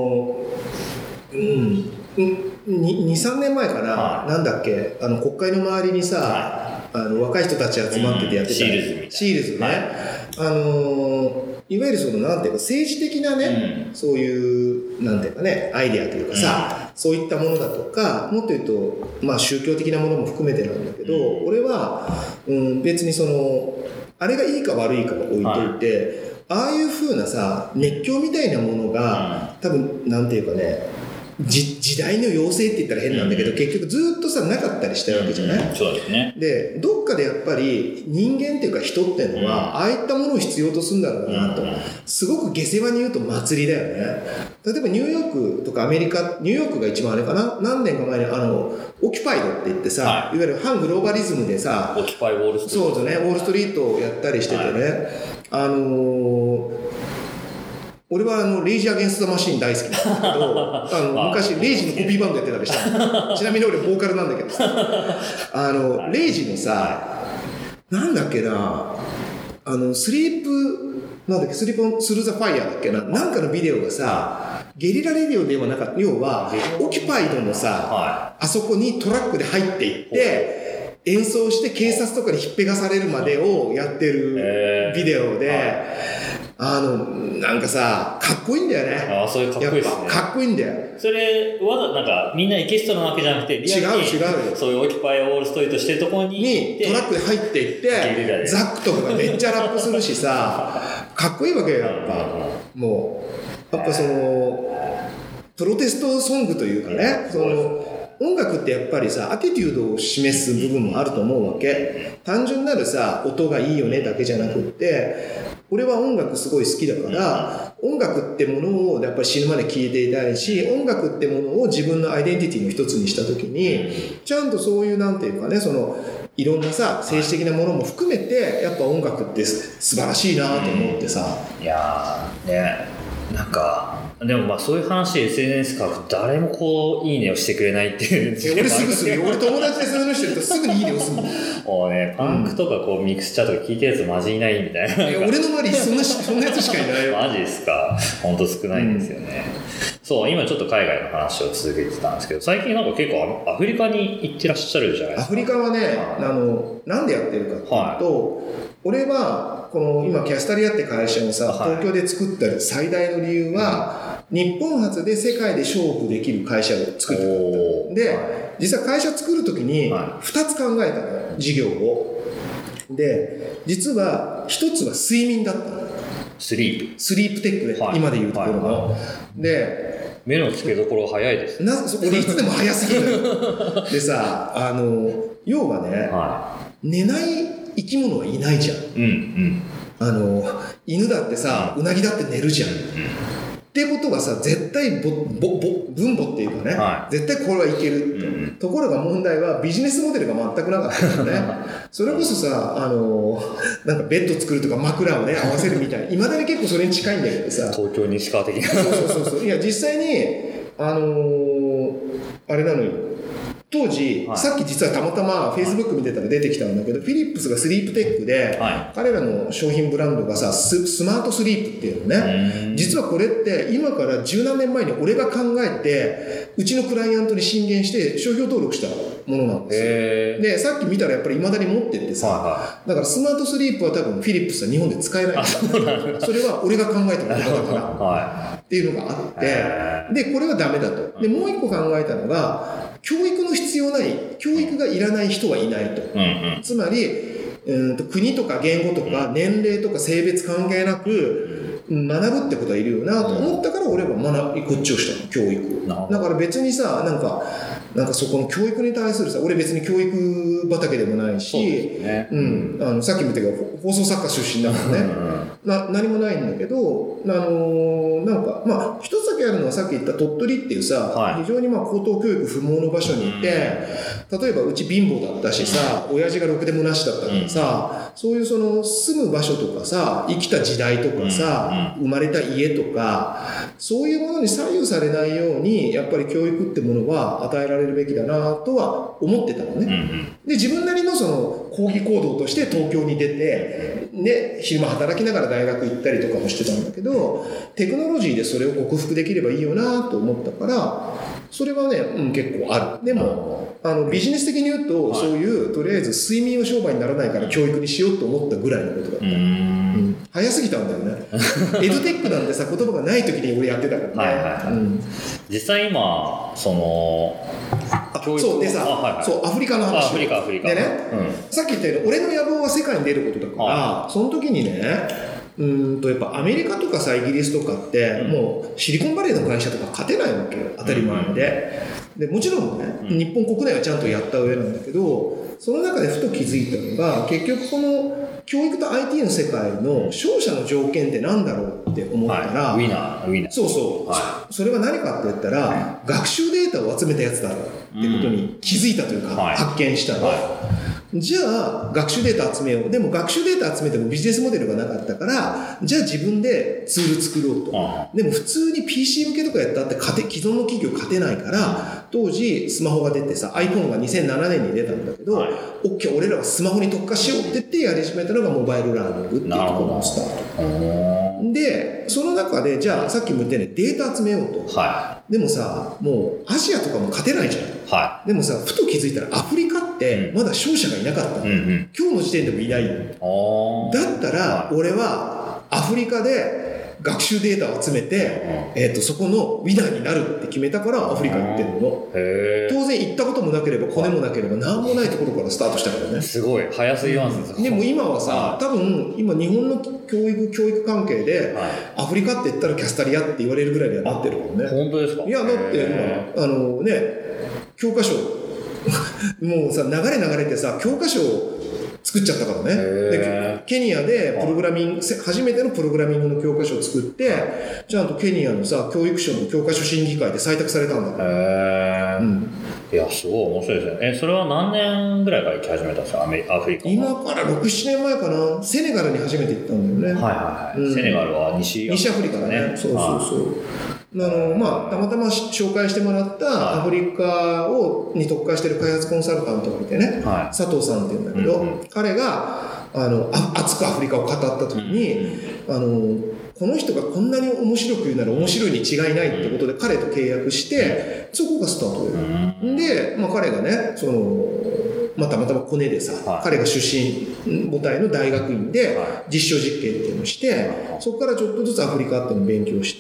[SPEAKER 2] 2、3年前かな、なんだっけ、国会の周りにさ、若い人たち集まっててやってた、
[SPEAKER 1] シールズみたいな。
[SPEAKER 2] シールズね。いわゆるその、なんていうか、政治的なね、そういう、なんていうかね、アイデアというかさ、そういったものだとか、もっと言うと、宗教的なものも含めてなんだけど、俺は、別にその、あれがいいか悪いかは置いといて、ああいう風なさ、熱狂みたいなものが、多分、なんていうかね、 時代の要請って言ったら変なんだけど、結局ずっとさなかったりしたわけじゃない、
[SPEAKER 1] そうですね。
[SPEAKER 2] でどっかでやっぱり人間っていうか人っていうのは、ああいったものを必要とするんだろうなと、すごく下世話に言うと祭りだよね。例えばニューヨークとかアメリカ、ニューヨークが一番あれかな、何年か前にオキュパイドって言ってさ、いわゆる反グローバリズムでさ、
[SPEAKER 1] オキュパイウォールストリート、
[SPEAKER 2] そうですね、ウォールストリートをやったりしててね、俺はレイジ・アゲンスト・ザ・マシーン大好きなんだけど昔レイジのコピーバンドやってたりしたちなみに俺ボーカルなんだけどさレイジのさ、なんだっけな、スリープなんだっけ、スリープ・オン・スルー・ザ・ファイヤーだっけな、なんかのビデオがさ、ゲリラレディオではなかった、要はオキュパイドのさ、あそこにトラックで入っていって演奏して警察とかにひっぺがされるまでをやってるビデオで、なんかさ、かっこいいんだよね。
[SPEAKER 1] そういうかっこいいですね。
[SPEAKER 2] やっぱかっこいいんだよ。
[SPEAKER 1] それなんかみんなエキストラなわけじゃなくて、リアルに
[SPEAKER 2] 違う
[SPEAKER 1] そういうオキュパイウォールストリートしてるところに
[SPEAKER 2] トラックで入っていってザックとかがめっちゃラップするしさかっこいいわけよ、やっぱ。もうやっぱそのプロテストソングというかね、その音楽ってやっぱりさ、アティテュードを示す部分もあると思うわけ。単純なるさ、音がいいよねだけじゃなくって、俺は音楽すごい好きだから、音楽ってものをやっぱり死ぬまで聴いていたいし、音楽ってものを自分のアイデンティティの一つにしたときに、ちゃんとそういうなんていうかね、そのいろんなさ、政治的なものも含めて、やっぱ音楽って素晴らしいなと思ってさ。
[SPEAKER 1] いやーね、なんかでもまあそういう話 SNS 書くと誰もこういいねをしてくれないっていう
[SPEAKER 2] 俺すぐするよ。俺友達でそういうのしてるとすぐにいいねをするもん。
[SPEAKER 1] もうね、パンクとかこうミクスチャーとか聞いてるやつマジいないみたいな。
[SPEAKER 2] 俺の周りそんなやつしかいないよ。
[SPEAKER 1] マジですか。ほんと少ないんですよね。そう、今ちょっと海外の話を続けてたんですけど、最近なんか結構アフリカに行ってらっしゃるじゃないですか。
[SPEAKER 2] アフリカはね、なんでやってるかっていうと、俺はこの今キャスタリアって会社をさ、東京で作った最大の理由は、日本初で世界で勝負できる会社を作ってた。で、実は会社作るときに2つ考えたのよ、事業を。で、実は1つは睡眠だったの。スリープテックで、今で言うところの。で、
[SPEAKER 1] 目の付けどころ早いです。
[SPEAKER 2] 俺いつでも早すぎるのよ。でさ、要はね、寝ない生き物はいないじゃん。犬だってさ、うなぎだって寝るじゃん。ってことはさ、絶対分母っていうかね、絶対これはいける、ところが問題はビジネスモデルが全くなかったんだよね。それこそさ、なんかベッド作るとか枕をね合わせるみたいな、いまだに結構それに近いんだけどさ、
[SPEAKER 1] 東京西川的な。
[SPEAKER 2] そういや実際にあれなのよ。当時、さっき実はたまたま Facebook 見てたら出てきたんだけど、フィリップスがスリープテックで、彼らの商品ブランドがさ、スマートスリープっていうのね。実はこれって今から十何年前に俺が考えて、うちのクライアントに進言して商標登録したものなんですよ。で、さっき見たらやっぱり未だに持ってってさ、だからスマートスリープは多分フィリップスは日本で使えないんだ。それは俺が考えたものだから。っていうのがあって、で、これはダメだと。で、もう一個考えたのが、教育の必要ない、教育がいらない人はいないと。つまり、国とか言語とか年齢とか性別関係なく学ぶってことはいるよなと思ったから俺はこっちをしたの、教育。だから別にさ、なんかそこの教育に対するさ、俺別に教育畑でもないし、さっきも言ったけど放送作家出身だからね、何もないんだけど、なんかまあ一つだけあるのはさっき言った鳥取っていうさ、非常にまあ高等教育不毛の場所にいて、例えばうち貧乏だったしさ、親父がろくでもなしだったからさ、そういうその住む場所とかさ、生きた時代とかさ、生まれた家とか、そういうものに左右されないようにやっぱり教育ってものは与えられるべきだなとは思ってたのね。で、自分なりのその抗議行動として東京に出て、で、昼間働きながら大学行ったりとかもしてたんだけど、テクノロジーでそれを克服できればいいよなと思ったから、それはね、結構ある。でも、ビジネス的に言うと、そういう、とりあえず睡眠を商売にならないから教育にしようと思ったぐらいのことだった。早すぎたんだよね。エドテックなんてさ、言葉がない時に俺やってたからね。
[SPEAKER 1] 実際今、その、
[SPEAKER 2] そうでさ、そうアフリカの話。
[SPEAKER 1] アフリカ。
[SPEAKER 2] でね、さっき言ったように俺の野望は世界に出ることだから、その時にね、 やっぱアメリカとかさイギリスとかって、もうシリコンバレーの会社とか勝てないわけよ、当たり前で。でもちろんね、日本国内はちゃんとやった上なんだけど、その中でふと気づいたのが、結局この教育と IT の世界の勝者の条件ってなんだろうって思ったら、
[SPEAKER 1] ウィナー。
[SPEAKER 2] そうそう、それは何かって言ったら、学習データを集めたやつだってことに気づいたというか、発見したの。じゃあ学習データ集めよう。でも学習データ集めてもビジネスモデルがなかったから、じゃあ自分でツール作ろうと。でも普通に PC 向けとかやったって既存の企業勝てないから、当時スマホが出てさ、iPhone が2007年に出たんだけど、OK、俺らはスマホに特化しようって言ってやり始めたのがモバイルラーニングっていうところのスタート。で、その中で、じゃあさっきも言ったようにデータ集めようと。でもさ、もうアジアとかも勝てないじゃん。でもさ、ふと気づいたらアフリカってまだ勝者がいなかった。今日の時点でもいない。だったら、俺はアフリカで学習データを集めて、そこのウィナーになるって決めたからアフリカ行ってるの。当然行ったこともなければコネもなければ何もないところからスタートしたからね。
[SPEAKER 1] すごい早すぎますね。
[SPEAKER 2] でも今はさ、多分今日本の教育関係で、アフリカって言ったらキャスタリアって言われるぐらいにはなってるもんね。
[SPEAKER 1] 本当ですか？
[SPEAKER 2] いやだって今教科書もうさ流れてさ教科書を作っちゃったからね。でケニアで初めてのプログラミングの教科書を作って、ちゃんとケニアのさ教育省の教科書審議会で採択されたんだから。
[SPEAKER 1] いやすごい面白いですね。それは何年ぐらいから行き始めたんですか？アフリカ。
[SPEAKER 2] 今から6、7年前かな。セネガルに初めて行ったんだよね。セネガルは西アフリカね。そう。たまたま紹介してもらったアフリカに特化してる開発コンサルタントがいてね、佐藤さんっていうんだけど、彼が熱くアフリカを語った時に、この人がこんなに面白く言うなら面白いに違いないってことで彼と契約して、そこがスタートで、彼がねたまたまコネでさ、彼が出身母体の大学院で実証実験っていうのをして、そこからちょっとずつアフリカっていうのを勉強して、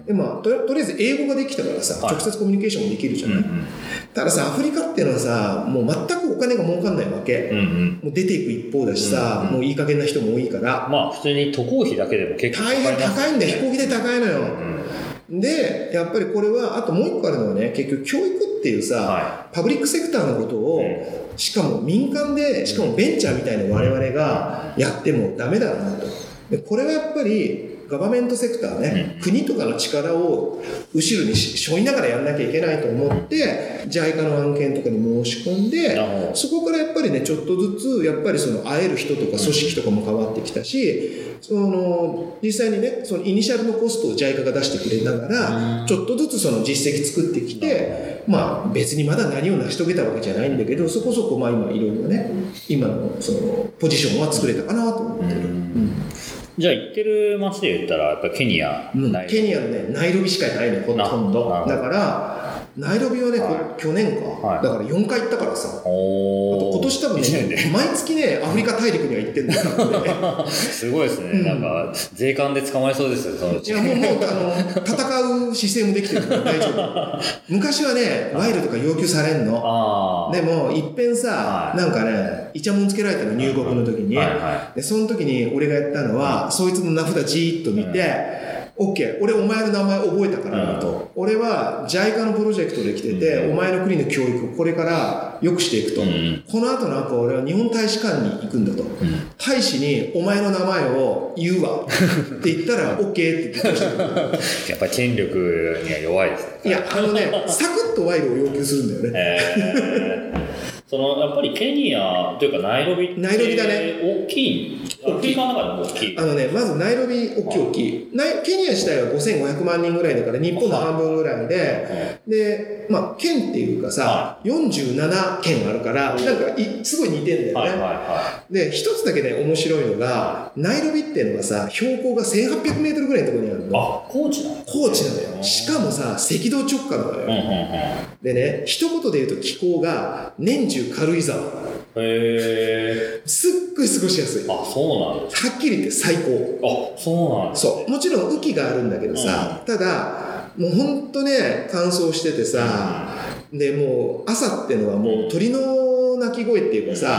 [SPEAKER 2] でとりあえず英語ができたからさ、直接コミュニケーションもできるじゃない。たださ、アフリカっていうのはさ、もう全くお金が儲かんないわけ。もう出ていく一方だしさ、もういい加減な人も多いから。
[SPEAKER 1] 普通に渡航費だけでも結構
[SPEAKER 2] 高いんだよ。飛行機で高いのよ。で、やっぱりこれは、あともう一個あるのはね、結局教育っていうさ、パブリックセクターのことを、しかも民間で、しかもベンチャーみたいな我々がやってもダメだなと。で、これはやっぱり、ガバメントセクターね、国とかの力を後ろに背負いながらやんなきゃいけないと思って、JICA の案件とかに申し込んで、そこからやっぱりね、ちょっとずつ、やっぱり会える人とか組織とかも変わってきたし、実際にね、イニシャルのコストを JICA が出してくれながら、ちょっとずつ実績作ってきて、別にまだ何を成し遂げたわけじゃないんだけど、そこそこ今いろいろね、今のポジションは作れたかなと思ってる。
[SPEAKER 1] じゃあ行ってる街で言ったらやっぱケニア、
[SPEAKER 2] ケニアのねナイロビしかないねほとんど。だからナイロビはね、去年か、だから4回行ったからさ。あと今年多分ね、毎月ね、アフリカ大陸には行ってるんだよね。
[SPEAKER 1] すごいですね。なんか、税関で捕まえそうですよ、そのうち。
[SPEAKER 2] いや、もう、戦う姿勢もできてるから大丈夫。昔はね、賄賂とか要求されんの。でも、いっぺんさ、なんかね、イチャモンつけられたの、入国の時に。で、その時に俺がやったのは、そいつの名札じーっと見て、OK、俺お前の名前覚えたからだと。俺は JICA のプロジェクトで来てて、お前の国の教育をこれから良くしていくと。この後なんか俺は日本大使館に行くんだと。大使にお前の名前を言うわって言ったら OK って言ってましたけど。
[SPEAKER 1] やっぱり権力には弱いですね。
[SPEAKER 2] いや、サクッと賄賂を要求するんだよね。
[SPEAKER 1] やっぱりケニアというかナイロビって
[SPEAKER 2] ナイロビだね。
[SPEAKER 1] 大きい。アフリカの中でも大きい。
[SPEAKER 2] まずナイロビ大きい。ケニア自体は5500万人ぐらいだから日本の半分ぐらいで、で、県っていうかさ、47県あるから、なんかすごい似てんだよね。で、一つだけね、面白いのが、ナイロビっていうのがさ、標高が1800メートルぐらいのところにあるの。
[SPEAKER 1] 高知な
[SPEAKER 2] のよ。しかもさ、赤道直下なのよ。でね、一言で言うと気候が年中軽井沢。すっごい過ごしやすい。
[SPEAKER 1] そうなんです。
[SPEAKER 2] はっきり言って最高。
[SPEAKER 1] そうなんです。
[SPEAKER 2] そう。もちろん雨季があるんだけどさ、ただ、もうほんとね、乾燥しててさ、で、もう朝ってのはもう鳥の鳴き声っていうかさ、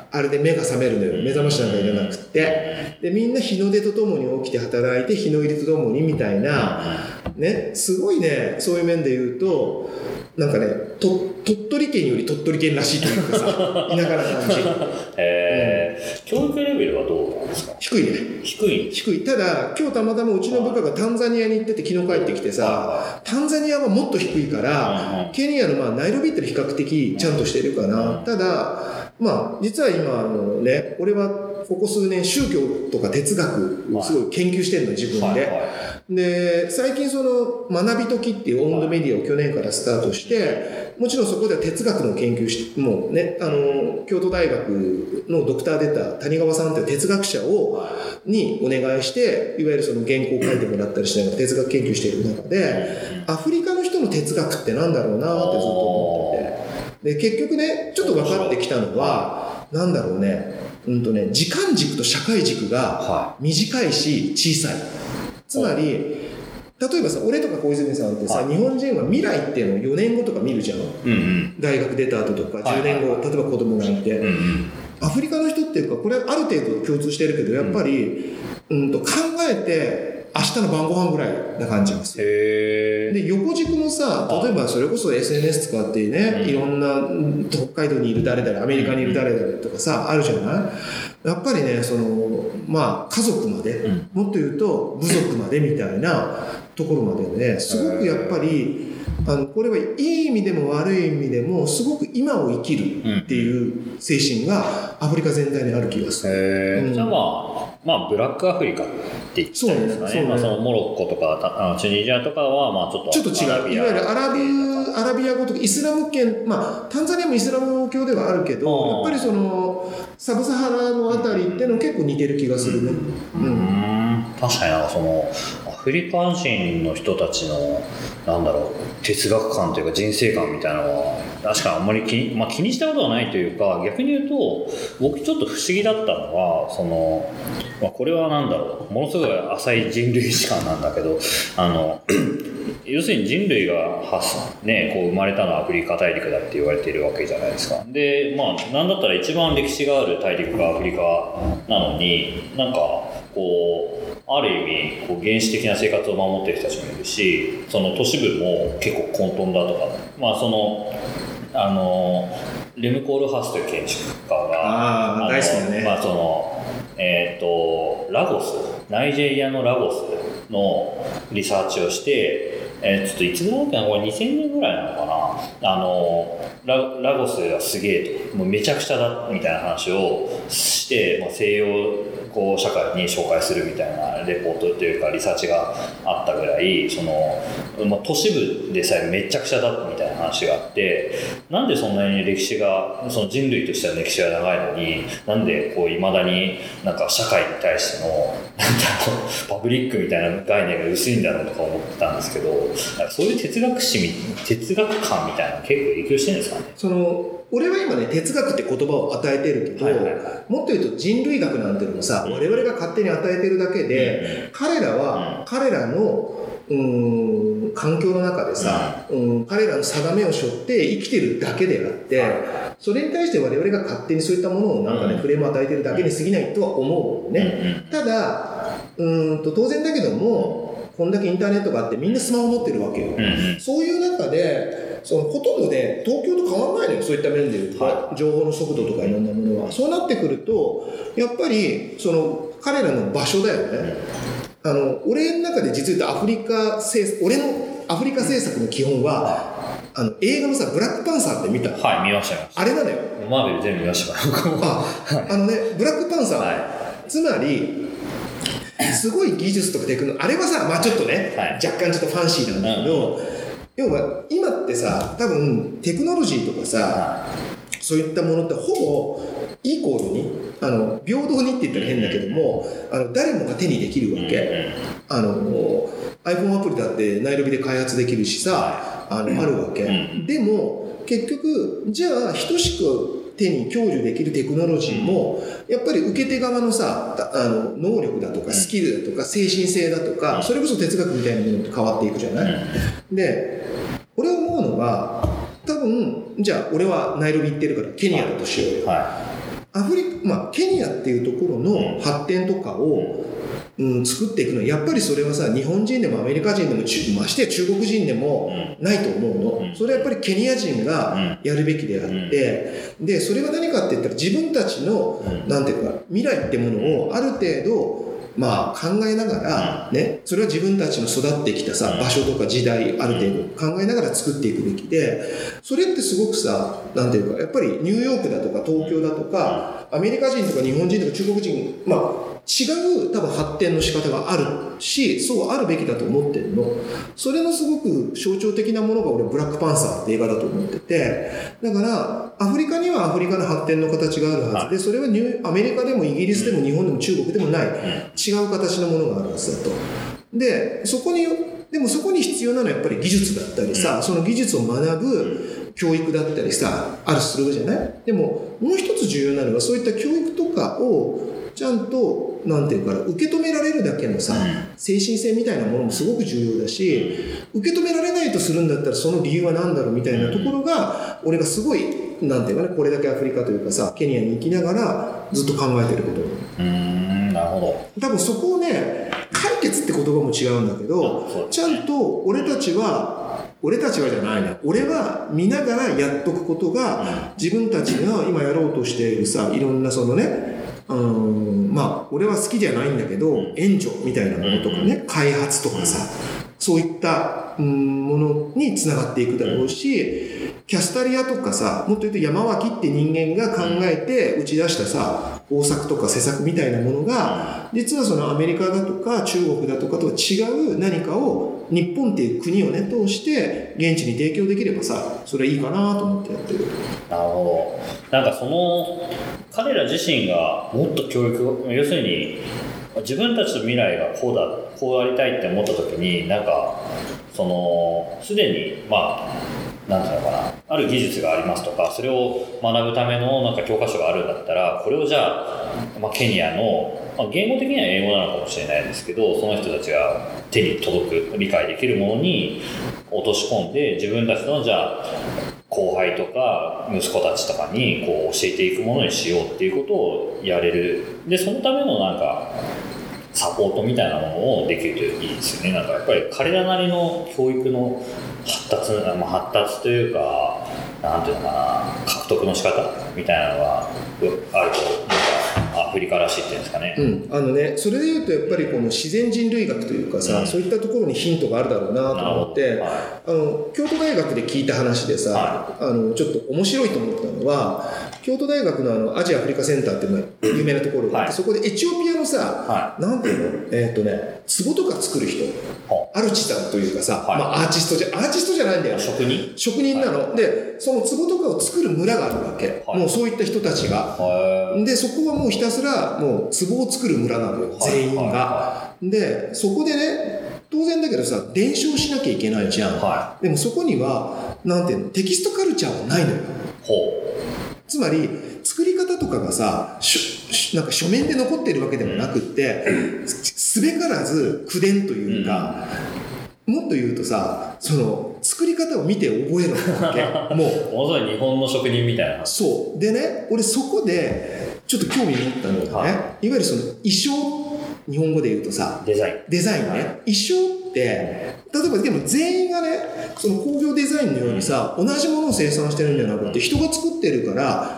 [SPEAKER 2] あれで目が覚めるのよ。目覚ましなんかいらなくって。で、みんな日の出とともに起きて働いて、日の入りとともにみたいな、ね、すごいね、そういう面で言うと、なんかね、鳥取県より鳥取県らしいというかさ、田舎な感じ。
[SPEAKER 1] 教育レベルはどうなんですか？
[SPEAKER 2] 低いね。
[SPEAKER 1] 低い。
[SPEAKER 2] ただ、今日たまたまうちの部下がタンザニアに行ってて昨日帰ってきてさ、タンザニアはもっと低いから、ケニアのナイロビって比較的ちゃんとしてるかな。ただ、実は今ね、俺はここ数年宗教とか哲学をすごい研究してるの、自分で。で、最近その学び時っていうオウンドメディアを去年からスタートして、もちろんそこでは哲学の研究もうね、京都大学のドクター出た谷川さんという哲学者にお願いして、いわゆるその原稿を書いてもらったりしながら哲学研究している中で、アフリカの人の哲学ってなんだろうなってずっと思ってて。で、結局ね、ちょっと分かってきたのは、なんだろうね、時間軸と社会軸が短いし小さい。つまり、例えばさ、俺とか小泉さんってさ、日本人は未来っていうのを4年後とか見るじゃん。大学出た後とか、10年後、例えば子供がいて。アフリカの人っていうか、これはある程度共通してるけど、やっぱり、考えて、明日の晩ご飯ぐらいな感じなんですよ。で、横軸もさ、例えばそれこそ SNS 使ってね、いろんな北海道にいる誰々、アメリカにいる誰々とかさ、あるじゃない？やっぱりね、家族まで、もっと言うと部族までみたいなところまでね、すごくやっぱり、これはいい意味でも悪い意味でも、すごく今を生きるっていう精神がアフリカ全体にある気がする。
[SPEAKER 1] じゃあブラックアフリカって言ったんですかね。そのモロッコとかチュニジアとかはちょっと
[SPEAKER 2] 違う。いわゆるアラビア語とかイスラム圏、タンザニアもイスラム教ではあるけど、やっぱりそのサブサハラのあたりっていうの結構似てる気がするね。
[SPEAKER 1] 確かにそのアフリカ人の人たちの哲学観というか人生観みたいなのは確かにあんまり気にしたことはないというか、逆に言うと僕ちょっと不思議だったのはこれはものすごい浅い人類史観なんだけど、要するに人類が生まれたのはアフリカ大陸だって言われているわけじゃないですか。でなんだったら一番歴史がある大陸がアフリカなのに、ある意味原始的な生活を守っている人たちもいるし、その都市部も結構混沌だとか、レムコールハウスという建築家が
[SPEAKER 2] 大好きだね。
[SPEAKER 1] ラゴス、ナイジェリアのラゴスのリサーチをして、ちょっといつぐらいかな、これ2000年ぐらいなのかな、ラゴスがすげえと、もうめちゃくちゃだみたいな話をして、西洋社会に紹介するみたいなレポートというかリサーチがあったぐらい、都市部でさえめちゃくちゃだみたいな話があって、なんでそんなに歴史が人類としての歴史が長いのに、なんで未だに社会に対してのパブリックみたいな概念が薄いんだろうとか思ってたんですけど、そういう哲学観みたいなの結構影響してるんですかね。
[SPEAKER 2] 俺は今ね、哲学って言葉を与えてるけど、もっと言うと人類学なんていうのもさ、我々が勝手に与えてるだけで、彼らは彼らの環境の中でさ、彼らの定めを背負って生きてるだけであって、それに対して我々が勝手にそういったものをフレームを与えてるだけに過ぎないとは思うのね。ただ当然だけども、こんだけインターネットがあってみんなスマホ持ってるわけよ。そういう中でほとんどね、東京と変わんないのよ、そういった面でいうと、情報の速度とかいろんなものは。そうなってくると、やっぱり彼らの場所だよね。俺の中で実は言うと俺のアフリカ政策の基本は、映画のさ、ブラックパンサーって見た？
[SPEAKER 1] はい、見ました。
[SPEAKER 2] あれなのよ。
[SPEAKER 1] マーベル全部見ましたから。
[SPEAKER 2] ブラックパンサー、つまりすごい技術とかテクノロジー、あれはさ、ちょっとね、若干ちょっとファンシーなんだけど、要は今ってさ、多分テクノロジーとかさ、そういったものってほぼイコールに平等にって言ったら変だけども、誰もが手にできるわけ。iPhone アプリだってナイロビで開発できるしさ、あるわけ。でも結局じゃあ等しく手に享受できるテクノロジーもやっぱり受け手側のさ、能力だとかスキルだとか精神性だとか、それこそ哲学みたいなものって変わっていくじゃない。で、俺思うのは、多分じゃあ俺はナイロビ行ってるからケニアだとしようよ。 ケニアっていうところの発展とかを、作っていくのはやっぱりそれはさ、日本人でもアメリカ人でもまして中国人でもないと思うの、それはやっぱりケニア人がやるべきであって、でそれは何かって言ったら自分たちの、なんていうか未来ってものをある程度考えながらね、それは自分たちの育ってきたさ場所とか時代ある程度考えながら作っていくべきで、それってすごくさ、なんていうかやっぱりニューヨークだとか東京だとかアメリカ人とか日本人とか中国人、違う多分発展の仕方があるし、そうあるべきだと思ってるの。それのすごく象徴的なものが俺ブラックパンサーって映画だと思ってて、だからアフリカにはアフリカの発展の形があるはずで、それはアメリカでもイギリスでも日本でも中国でもない違う形のものがあるはずだと。でもそこに必要なのはやっぱり技術だったりさ、その技術を学ぶ教育だったりさ、するじゃない。でももう一つ重要なのはそういった教育とかをちゃんとなんていうか受け止められるだけのさ、精神性みたいなものもすごく重要だし、受け止められないとするんだったらその理由は何だろうみたいなところが俺がすごいなんていうかね、これだけアフリカというかさケニアに行きながらずっと考えてること。
[SPEAKER 1] なるほど。
[SPEAKER 2] 多分そこをね、解決って言葉も違うんだけど、ちゃんと俺たちはじゃないな、俺は見ながらやっとくことが自分たちが今やろうとしているさ、いろんなそのね、俺は好きじゃないんだけど援助みたいなものとかね、開発とかさ、そういったものにつながっていくだろうし、キャスタリアとかさ、もっと言うと山脇って人間が考えて打ち出したさ、工作とか施策みたいなものが、実はそのアメリカだとか中国だとかとは違う何かを日本っていう国をね通して現地に提供できればさ、それはいいかなと思ってやってる。
[SPEAKER 1] なるほど。なんかその彼ら自身がもっと教育、要するに自分たちの未来がこうありたいって思った時に、なんかそのすでになんていうのかな、ある技術がありますとか、それを学ぶためのなんか教科書があるんだったら、これをじゃあ、ケニアの、言語的には英語なのかもしれないですけど、その人たちが手に届く、理解できるものに落とし込んで、自分たちのじゃあ後輩とか息子たちとかにこう教えていくものにしようっていうことをやれる。でそのためのなんかサポートみたいなものをできるといいですよね。なんかやっぱり彼らなりの教育の発達というか、なんていうのかな、獲得の仕方みたいなのがあると、なんかアフリカらしいっていうんですかね。
[SPEAKER 2] それでいうとやっぱりこの自然人類学というかさ、そういったところにヒントがあるだろうなと思って、京都大学で聞いた話でさ、ちょっと面白いと思ったのは、京都大学のアジアアフリカセンターっていうのが有名なところがあって、そこでエチオピアのさ、なんていうの、壺とか作る人、アルチさんというかさ、アーティストじゃないんだよね。職人なの。で、その壺とかを作る村があるわけ。もうそういった人たちが。で、そこはもうひたすらもう壺を作る村なのよ、全員が。で、そこでね、当然だけどさ、伝承しなきゃいけないじゃん。でもそこには、なんていうの、テキストカルチャーはないのよ。つまり、作り方とかがさ、なんか書面で残っているわけでもなくって、すべからず口伝というか、もっと言うとさ、その作り方を見て覚えるわけ。もう。
[SPEAKER 1] ものすごい日本の職人みたいな。
[SPEAKER 2] そう。でね、俺そこでちょっと興味持ったのがね、いわゆるその衣装、日本語で言うとさ、デザインね。衣装って、例えばでも全員がね、その工業デザインのようにさ、同じものを生産してるんじゃなくて、人が作ってるから、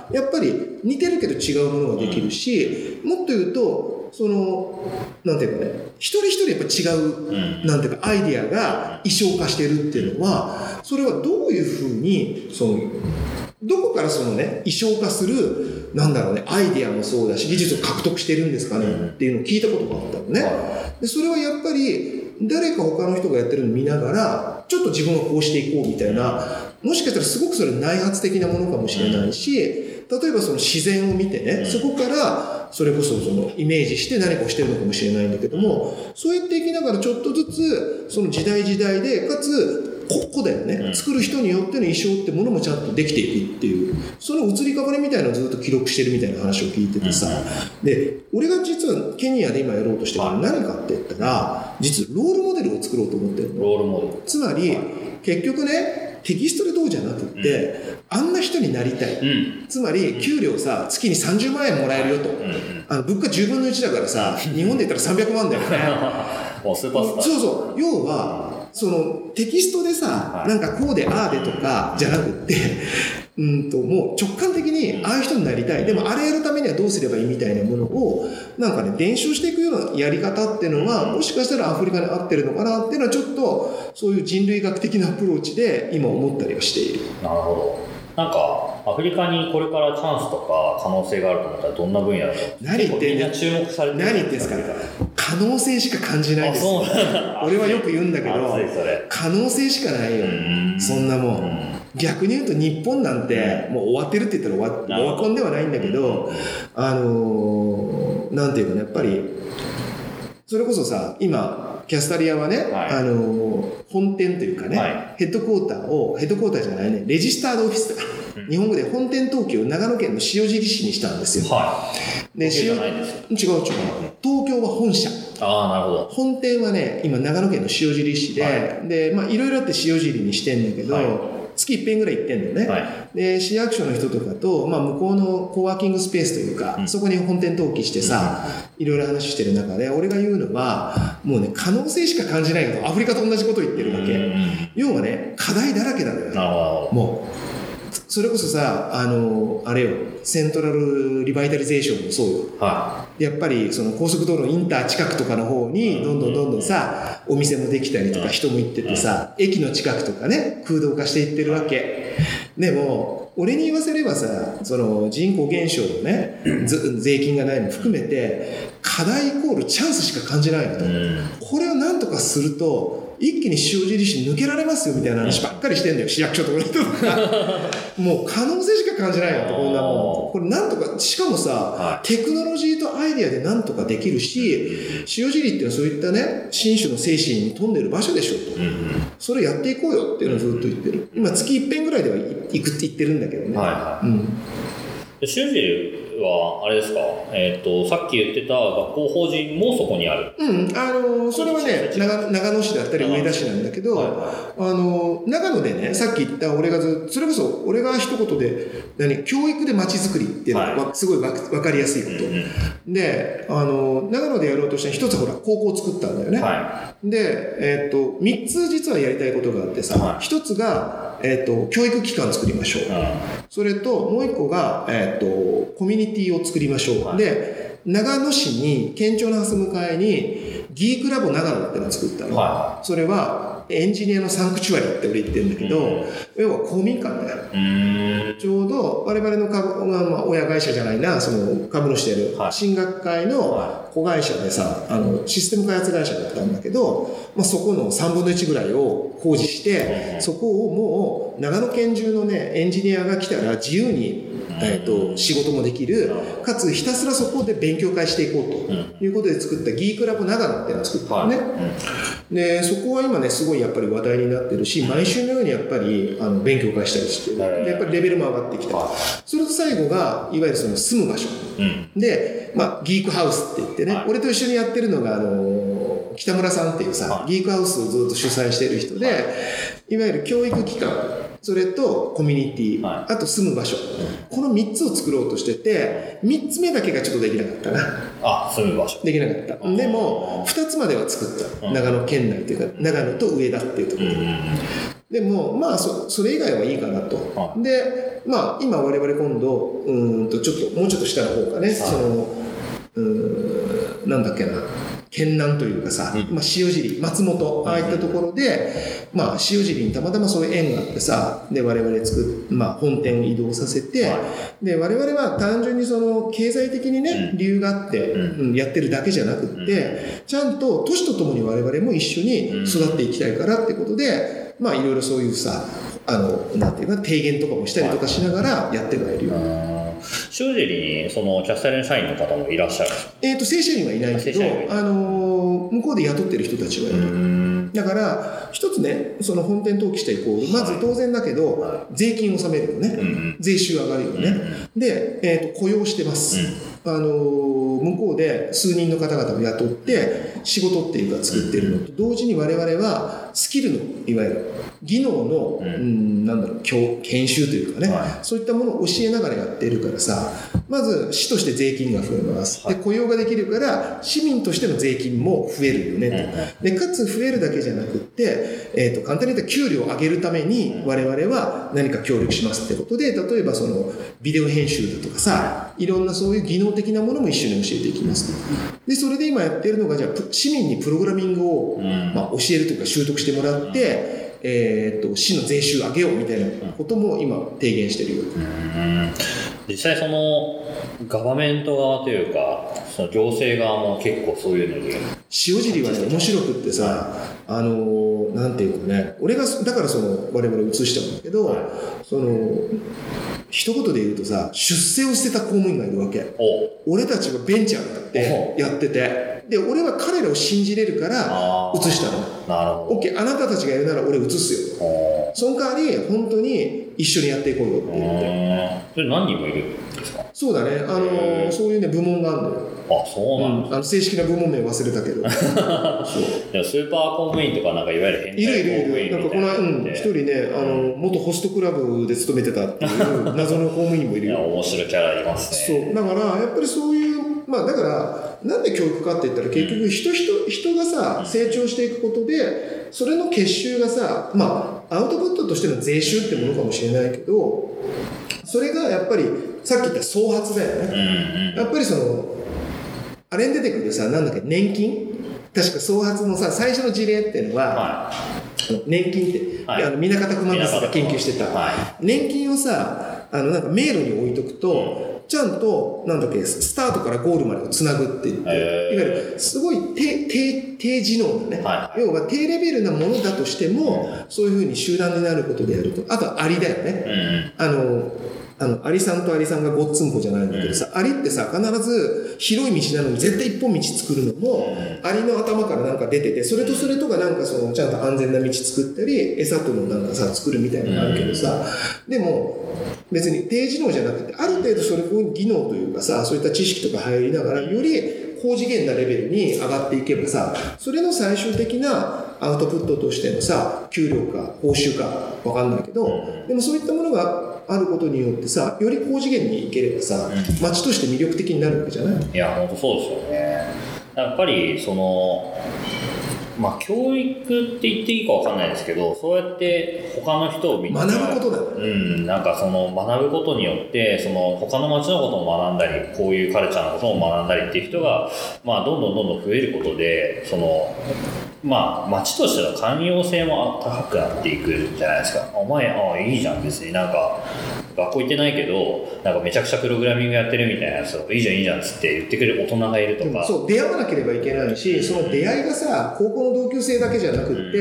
[SPEAKER 2] やっぱり似てるけど違うものができるし、もっと言うと、その、なんていうかね、一人一人やっぱ違う、なんていうか、アイディアが衣装化してるっていうのは、それはどういうふうに、その、どこからそのね、衣装化する、なんだろうね、アイディアもそうだし、技術を獲得してるんですかね、っていうのを聞いたことがあったのね。で、それはやっぱり、誰か他の人がやってるのを見ながら、ちょっと自分はこうしていこうみたいな、もしかしたらすごくそれ内発的なものかもしれないし、例えばその自然を見てね、そこからそれこそそのイメージして何かをしてるのかもしれないんだけども、そうやっていきながらちょっとずつその時代で、かつここだよね、作る人によっての衣装ってものもちゃんとできていくっていう、その移り変わりみたいなのをずっと記録してるみたいな話を聞いててさ、で、俺が実はケニアで今やろうとしてるのは何かって言ったら、実はロールモデルを作ろうと思ってるの。
[SPEAKER 1] ロールモデル。
[SPEAKER 2] つまり、結局ね、 テキストでどうじゃなくって、あんな人になりたい、つまり給料さ月に30万円もらえるよと、物価10分の1だからさ、日本で言ったら300万だよね
[SPEAKER 1] もうスーパースター。
[SPEAKER 2] そうそう、要はそのテキストでさ、なんかこうでああでとかじゃなくってもう直感的にああいう人になりたい、でもあれやるためにはどうすればいいみたいなものをなんかね伝承していくようなやり方っていうのはもしかしたらアフリカに合ってるのかなっていうのはちょっとそういう人類学的なアプローチで今思ったりはしている。
[SPEAKER 1] なるほど。なんかアフリカにこれからチャンスとか可能性があると思ったらどんな分野だと
[SPEAKER 2] 何言ってん
[SPEAKER 1] みんな注目されてる。
[SPEAKER 2] 何言ってんですか。可能性しか感じないです。俺はよく言うんだけど可能性しかないよ。そんなもん。逆に言うと日本なんてもう終わってるって言ったらオワコンではないんだけど、なんていうかね、やっぱりそれこそさ、今キャスタリアはね、本店というかね、ヘッドクォーターじゃないね、レジスタードオフィスだ、日本語で本店登記を長野県の塩尻市にしたんですよ。で
[SPEAKER 1] 東京じゃないですよ。
[SPEAKER 2] 違う東京は本社。
[SPEAKER 1] なるほど。
[SPEAKER 2] 本店はね今長野県の塩尻市で、でいろいろあって塩尻にしてんだけど、月1遍ぐらい行ってんだよね、で市役所の人とかと、向こうのコワーキングスペースというか、そこに本店登記してさ、いろいろ話してる中で俺が言うのはもうね可能性しか感じないよと、アフリカと同じことを言ってるわけ、要はね課題だらけなのよ。もうそれこそさ、あれよ、セントラルリバイタリゼーションもそうよ、やっぱりその高速道路インター近くとかの方にどんどんさお店もできたりとか人も行っててさ、駅の近くとかね空洞化していってるわけでも俺に言わせればさ、その人口減少のね税金がないの含めて課題イコールチャンスしか感じないのと、これをなんとかすると一気に塩尻市抜けられますよみたいな話ばっかりしてんだよ、市役所とかの人とかもう可能性しか感じないよと、こんなもんこれなんとか、しかもさ、テクノロジーとアイディアでなんとかできるし、塩尻っていうのはそういったね信州の精神に富んでる場所でしょと、それやっていこうよっていうのをずっと言ってる。今月1遍ぐらいでは行くって言ってるんだけどね。
[SPEAKER 1] 塩尻はあれですか、さっき言ってた学校法人もそこにある。
[SPEAKER 2] それはね長野市だったり上田市なんだけど、長野でねさっき言った俺がそれこそ俺が一言で教育で街づくりっていうのがすごい分かりやすいこと、で長野でやろうとしたら一つほら高校を作ったんだよね、で、3つ実はやりたいことがあってさ、1つが、教育機関作りましょう、それともう1個が、コミュニティを作りましょう、で長野市に県庁のはす向かいにギークラボ長野ってのを作ったの、それはエンジニアのサンクチュアリって俺言ってるんだけど、要は公民館だよ、ちょうど我々の親会社じゃないな、その株主である進学会の子会社でさ、システム開発会社だったんだけど、そこの3分の1ぐらいを工事して、そこをもう長野県中のねエンジニアが来たら自由に仕事もできる、かつひたすらそこで勉強会していこうということで作ったギークラボ長野っていうのを作ったのね、でそこは今ねすごいやっぱり話題になってるし、毎週のようにやっぱり勉強会したりしてる、でやっぱりレベルも上がってきた、それと最後がいわゆるその住む場所、で、ギークハウスって言ってね、俺と一緒にやってるのが北村さんっていうさ、ギークハウスをずっと主催している人で、いわゆる教育機関、それとコミュニティ、あと住む場所、この3つを作ろうとしてて、3つ目だけがちょっとできなかったな。
[SPEAKER 1] 住む場所
[SPEAKER 2] できなかった。でも2つまでは作った、長野県内というか長野と上田っていうところで、でもそれ以外はいいかなと、で今我々今度ちょっともうちょっと下の方がね、そのなんだっけな、県南というかさ、塩尻、松本、ああいったところで、塩尻にたまたまそういう縁があってさ、で我々本店を移動させて、で我々は単純にその経済的にね理由があって、やってるだけじゃなくって、ちゃんと都市とともに我々も一緒に育っていきたいからってことで、いろいろそういうさ、なんていうか提言とかもしたりとかしながらやってはいるよ。
[SPEAKER 1] 塩尻にそのキャスタリアの社員の方もいらっしゃる？
[SPEAKER 2] 正社員はいないけど、向こうで雇ってる人たちはいる。だから一つね、その本店登記したイコール、まず当然だけど、税金を納めるよね、税収上がるよね、で、雇用してます、向こうで数人の方々を雇って仕事っていうか作ってるのと同時に、我々はスキルのいわゆる技能の、なんだろう研修というかね、そういったものを教えながらやっているからさ、まず市として税金が増えます、で雇用ができるから市民としての税金も増えるよねと、でかつ増えるだけじゃなくって、簡単に言ったら給料を上げるために我々は何か協力しますってことで、例えばそのビデオ編集だとかさ、いろんなそういう技能的なものも一緒に教えていきますと。でそれで今やってるのが、じゃあ市民にプログラミングを、教えるというか習得してもらって、市の税収上げようみたいなことも今提言してるよ。
[SPEAKER 1] 実際そのガバメント側というかその行政側も結構そういうのに
[SPEAKER 2] 塩尻はね面白くってさ、なんていうかね、俺がだからその我々移したんだけど、その一言で言うとさ、出世を捨てた公務員がいるわけ。俺たちはベンチャーだってやってて、で俺は彼らを信じれるから移したの。
[SPEAKER 1] なるほど。
[SPEAKER 2] OK、 あなたたちがやるなら俺移すよ、その代わり本当に一緒にやっていこうよって言って。
[SPEAKER 1] それ何人もいるんですか？
[SPEAKER 2] そうだね、そういうね部門があるのよ。
[SPEAKER 1] あ、そうなんです、
[SPEAKER 2] 正式な部門名忘れたけどそう
[SPEAKER 1] スーパー公務員とかなんかいわゆる変態公務員みたいな。
[SPEAKER 2] なんかこの一人ね、元ホストクラブで勤めてたっていう謎の公務員もいるよ。
[SPEAKER 1] 面白いキャラいますね。
[SPEAKER 2] そうだからやっぱりそういう、だからなんで教育かって言ったら結局人がさ成長していくことで、それの結集がさ、アウトプットとしての税収ってものかもしれないけど、それがやっぱりさっき言った創発だよね。やっぱりそのあれに出てくるさ、なんだっけ、年金、確か創発のさ最初の事例っていうのは、年金って、南方熊楠が研究してた、年金をさなんか迷路に置いとくと、ちゃんとなんだっけスタートからゴールまでをつなぐって言って、いわゆるすごい低次能だね、要は低レベルなものだとしても、そういうふうに集団になることでやると。あとはアリだよね、アリさんとアリさんがごっつんこじゃないんだけどさ、アリってさ必ず広い道なのに絶対一本道作るのも、アリの頭からなんか出てて、それとそれとがなんかそのちゃんと安全な道作ったり、餌とのなんかさ作るみたいなのがあるけどさ、でも別に低次能じゃなくて、ある程度それを技能というかさ、そういった知識とか入りながらより高次元なレベルに上がっていけばさ、それの最終的なアウトプットとしてのさ、給料か報酬か分かんないけど、でもそういったものがあることによってさ、より高次元に行ければさ、街として魅力的になるわけじゃない？
[SPEAKER 1] いや、本当そうですよね。やっぱりその教育って言っていいか分かんないですけど、そうやって他の人を見て
[SPEAKER 2] 学ぶことだよ、
[SPEAKER 1] なんかその学ぶことによってその他の街のことも学んだり、こういうカルチャーのことも学んだりっていう人が、どんどん増えることで、その街としての寛容性も高くなっていくじゃないですか。お前いいじゃん、別になんか学校行ってないけどなんかめちゃくちゃプログラミングやってるみたいなやつをいいじゃんっつって言ってくれる大人がいるとか。
[SPEAKER 2] そう、出会わなければいけないし、その出会いがさ高校の同級生だけじゃなくって、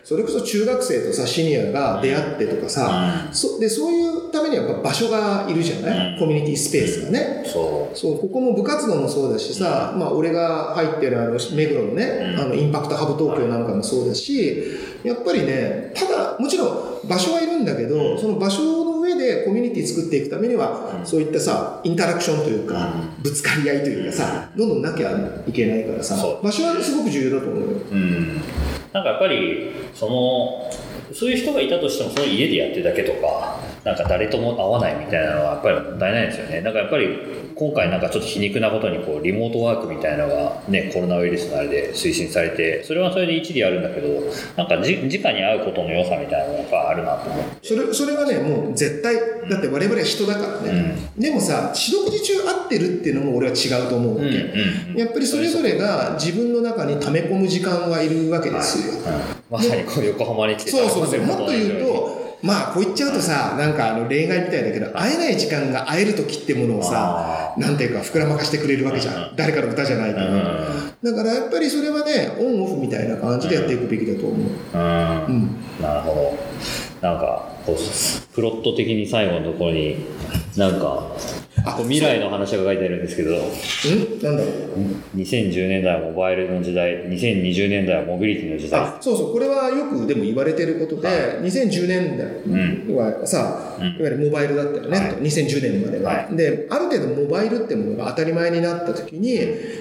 [SPEAKER 2] それこそ中学生とさシニアが出会ってとかさ、そういうためにはやっぱ場所がいるじゃない、コミュニティスペースがね。そうここも部活動もそうだしさ、俺が入ってる目黒のね、インパクトハブ東京なんかもそうだし、やっぱりね、ただもちろん場所はいるんだけど、その場所の上でコミュニティ作っていくためには、そういったさインタラクションというか、ぶつかり合いというかさ、どんどんなきゃいけないからさ、場所はすごく重要だと思うよ。
[SPEAKER 1] なんかやっぱりそういう人がいたとしても、その家でやってるだけとか、なんか誰とも会わないみたいなのはやっぱりもったいないですよね。なんかやっぱり今回なんかちょっと皮肉なことにリモートワークみたいなのがね、コロナウイルスのあれで推進されて、それはそれで一理あるんだけど、なんか直に会うことの良さみたいなのがやっぱあるなと思って。
[SPEAKER 2] それはね、もう絶対だって我々は人だからね、でもさ四六時中会ってるっていうのも俺は違うと思うわけ、やっぱりそれぞれが自分の中に溜め込む時間はいるわけですよ、
[SPEAKER 1] まさに横浜に来て
[SPEAKER 2] そうもっと言うと、こう言っちゃうとさ、なんか例外みたいだけど、会えない時間が会える時ってものをさ、なんていうか膨らまかしてくれるわけじゃん、誰かの歌じゃないけど、だからやっぱりそれはね、オンオフみたいな感じでやっていくべきだと思う。
[SPEAKER 1] なるほど。なんかプロット的に最後のところになんか未来の話が書いてあるんですけど、
[SPEAKER 2] なんだろう、
[SPEAKER 1] 2010年代はモバイルの時代、2020年代はモビリティの時代。
[SPEAKER 2] そうこれはよくでも言われてることで、2010年代はさ、いわゆるモバイルだったよね、2010年までは、である程度モバイルってものが当たり前になった時に、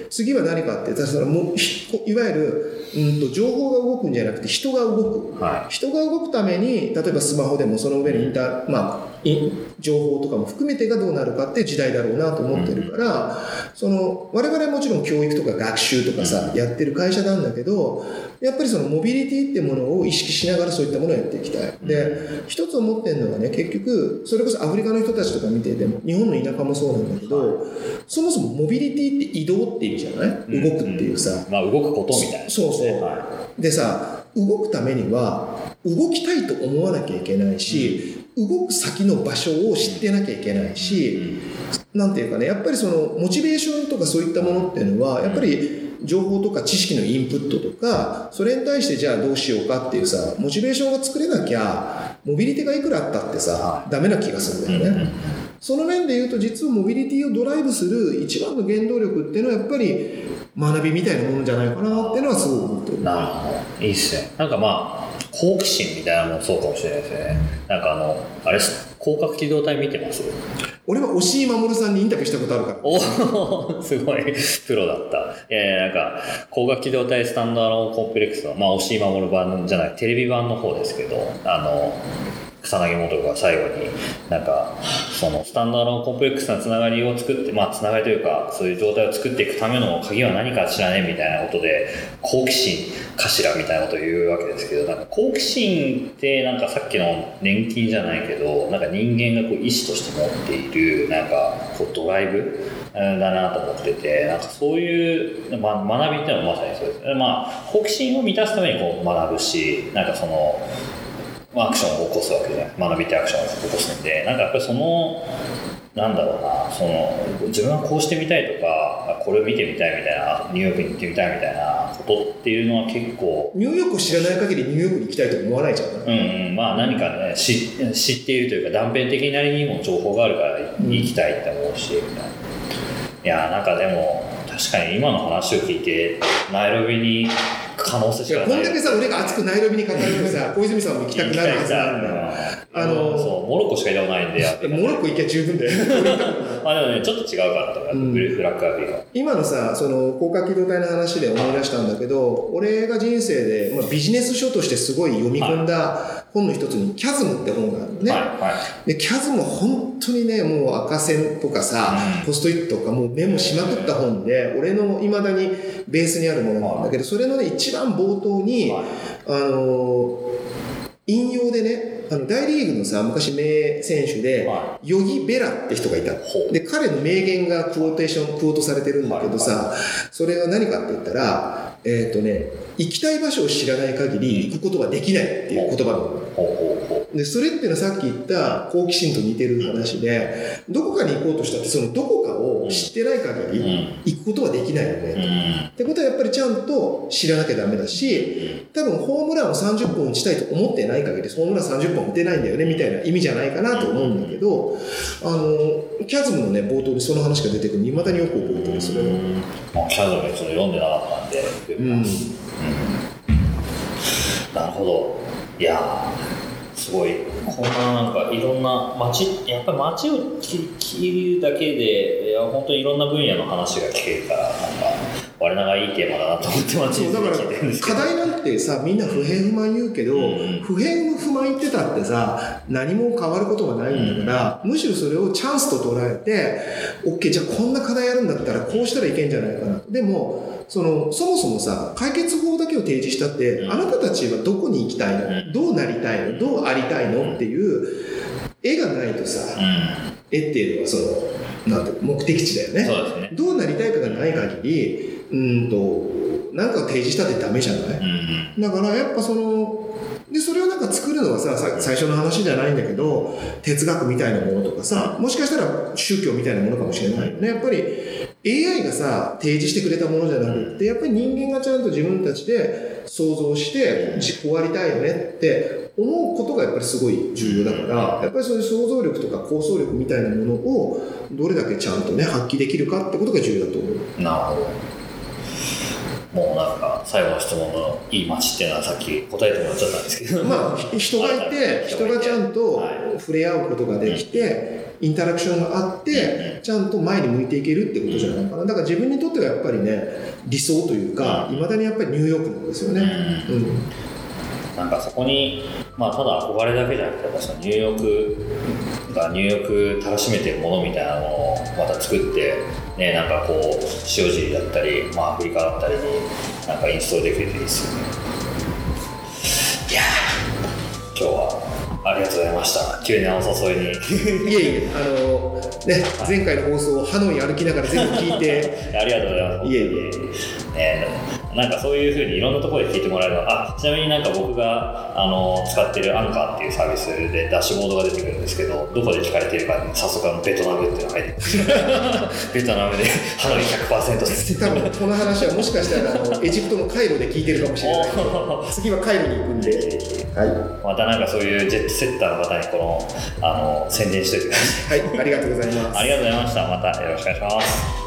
[SPEAKER 2] 次は何かってそのもいわゆる、情報が動くんじゃなくて人が動く、人が動くために例えばスマホでもその上に情報とかも含めてがどうなるかっていう時代だろうなと思ってるから、その我々はもちろん教育とか学習とかさ、やってる会社なんだけど、やっぱりそのモビリティってものを意識しながらそういったものをやっていきたい。で、一つ思ってるのがね、結局それこそアフリカの人たちとか見ていても、日本の田舎もそうなんだけど、そもそもモビリティって移動って意味じゃない？動くっていうさ、
[SPEAKER 1] 動くことみたいな。
[SPEAKER 2] そうそう。でさ、動くためには動きたいと思わなきゃいけないし、動く先の場所を知ってなきゃいけないし、なんていうかね、やっぱりそのモチベーションとかそういったものっていうのはやっぱり情報とか知識のインプットとか、それに対してじゃあどうしようかっていうさ、モチベーションが作れなきゃモビリティがいくらあったってさ、ダメな気がするんだよね。その面で言うと、実はモビリティをドライブする一番の原動力っていうのはやっぱり学びみたいなものじゃないかなっていうのはすごく思ってる。
[SPEAKER 1] なるほど、いいっすね。なんか好奇心みたいなのもそうかもしれないですね。なんかあれ広角機動隊見てます？
[SPEAKER 2] 俺は押井守さんにインタビューしたことあるから。
[SPEAKER 1] おすごいプロだった。なんか広角機動隊スタンドアローンコンプレックスの押井守版じゃないテレビ版の方ですけど、草薙素子が最後になんかそのスタンドアローンコンプレックスなつながりを作って、つながりというかそういう状態を作っていくための鍵は何か知らねえみたいなことで、好奇心かしらみたいなことを言うわけですけど、なんか好奇心ってなんかさっきの年金じゃないけど、なんか人間がこう意志として持っているなんかこうドライブだなと思ってて、なんかそういう、学びっていうのはまさにそうです。好奇心を満たすためにこう学ぶし、なんかそのアクションを起こすわけじゃない。学びってアクションを起こすんで、なんかやっぱりそのなんだろうな、その自分はこうしてみたいとか、これを見てみたいみたいな、ニューヨークに行ってみたいみたいなことっていうのは結構
[SPEAKER 2] ニューヨークを知らない限りニューヨークに行きたいと思わないじゃん。
[SPEAKER 1] 何かね知っているというか断片的なりにも情報があるから行きたいって思うし、いやなんかでも確かに今の話を聞いてナイロビに可能性しかない。
[SPEAKER 2] こんだけさ、俺が熱くナイロビに語るとさ、小泉さんも行きたくなるはずなんだ。
[SPEAKER 1] そうモロッコしか行ったことないんで。
[SPEAKER 2] モロッコ行きゃ十分だよ。
[SPEAKER 1] でもねちょっと違うからとか、ブルーフラッグアビーが。
[SPEAKER 2] 今のさ、その広角機動隊の話で思い出したんだけど、俺が人生で、ビジネス書としてすごい読み込んだ本の一つにキャズムって本があるね。でキャズムは本当にね、もう赤線とかさ、ポストイットとかもうメモしまくった本で、俺の未だにベースにあるものなんだけど、それのね一番冒頭に、引用でね、大リーグのさ、昔名選手で、ヨギ・ベラって人がいた。で、彼の名言がクオートされてるんだけどさ、それは何かって言ったら、行きたい場所を知らない限り行くことはできないっていう言葉なの。で、それっていうのはさっき言った好奇心と似てる話で、どこかに行こうとしたってそのどこかを知ってない限り行くことはできないよね。ってことはやっぱりちゃんと知らなきゃダメだし、多分ホームランを30本打ちたいと思ってない限りホームラン30本打てないんだよねみたいな意味じゃないかなと思うんだけど、キャズムのね冒頭にその話が出てくる。未だによく覚えてる。それ
[SPEAKER 1] キャズムそれ読んでなかったんで。なるほど。いやすごいこんなんかいろんなやっぱり街を切るだけで本当にいろんな分野の話が聞けるから、なんか我ながらいいテーマだなと思って街に聞いてるんですけど、
[SPEAKER 2] 課題なんてさ、みんな不平不満言うけど、不平不満言ってたってさ、何も変わることがないんだから、むしろそれをチャンスと捉えて OK、 じゃあこんな課題やるんだったらこうしたらいけんじゃないかな。でもそもそもさ、解決法だけを提示したって、あなたたちはどこに行きたいの、どうなりたいの、どうありたいのっていう絵がないとさ、絵っていうのはそのなんて目的地だよね。
[SPEAKER 1] そうですね。
[SPEAKER 2] どうなりたいかがない限りなんか提示したってダメじゃない、だからやっぱそれをなんか作るのはさ、最初の話じゃないんだけど、哲学みたいなものとかさ、もしかしたら宗教みたいなものかもしれないよね。やっぱり AI がさ、提示してくれたものじゃなくって、やっぱり人間がちゃんと自分たちで想像して、こうありたいよねって思うことがやっぱりすごい重要だから、やっぱりそういう想像力とか構想力みたいなものをどれだけちゃんとね、発揮できるかってことが重要だと思う。
[SPEAKER 1] なるほど。 もうなんか最後の質問のいい街っていうのはさっき答えてもらっちゃったんですけど、
[SPEAKER 2] まあ人がいて人がちゃんと触れ合うことができて、インタラクションがあって、ちゃんと前に向いていけるってことじゃないかな。だから自分にとってはやっぱりね、理想というか、いまだにやっぱりニューヨークなんですよね。
[SPEAKER 1] なんかそこに、まあ、ただ憧れだけじゃなくて、やっぱそのニューヨークたらしめてるものみたいなものをまた作って、ね、なんかこう塩尻だったり、まあ、アフリカだったりになんかインストールできるといいですよね。いやー、今日はありがとうございました。急なお誘いに。
[SPEAKER 2] いえいえ、ね、前回の放送をハノイ歩きながら全部聞いて
[SPEAKER 1] ありがとうございます。
[SPEAKER 2] いえい
[SPEAKER 1] え、なんかそういう風にいろんなところで聞いてもらえるのは、ちなみになんか僕が使ってるアンカーっていうサービスでダッシュボードが出てくるんですけど、どこで聞かれているかに早速ベトナムっていうのが入ってますベトナムでハノイ 100% です
[SPEAKER 2] 多分この話はもしかしたらエジプトのカイロで聞いてるかもしれない次はカイロに行くんで、はい、
[SPEAKER 1] またなんかそういうジェットセッターの方にこの宣伝しておいてください。
[SPEAKER 2] はい、ありがとうございます。
[SPEAKER 1] ありがとうございました。またよろしくお願いします。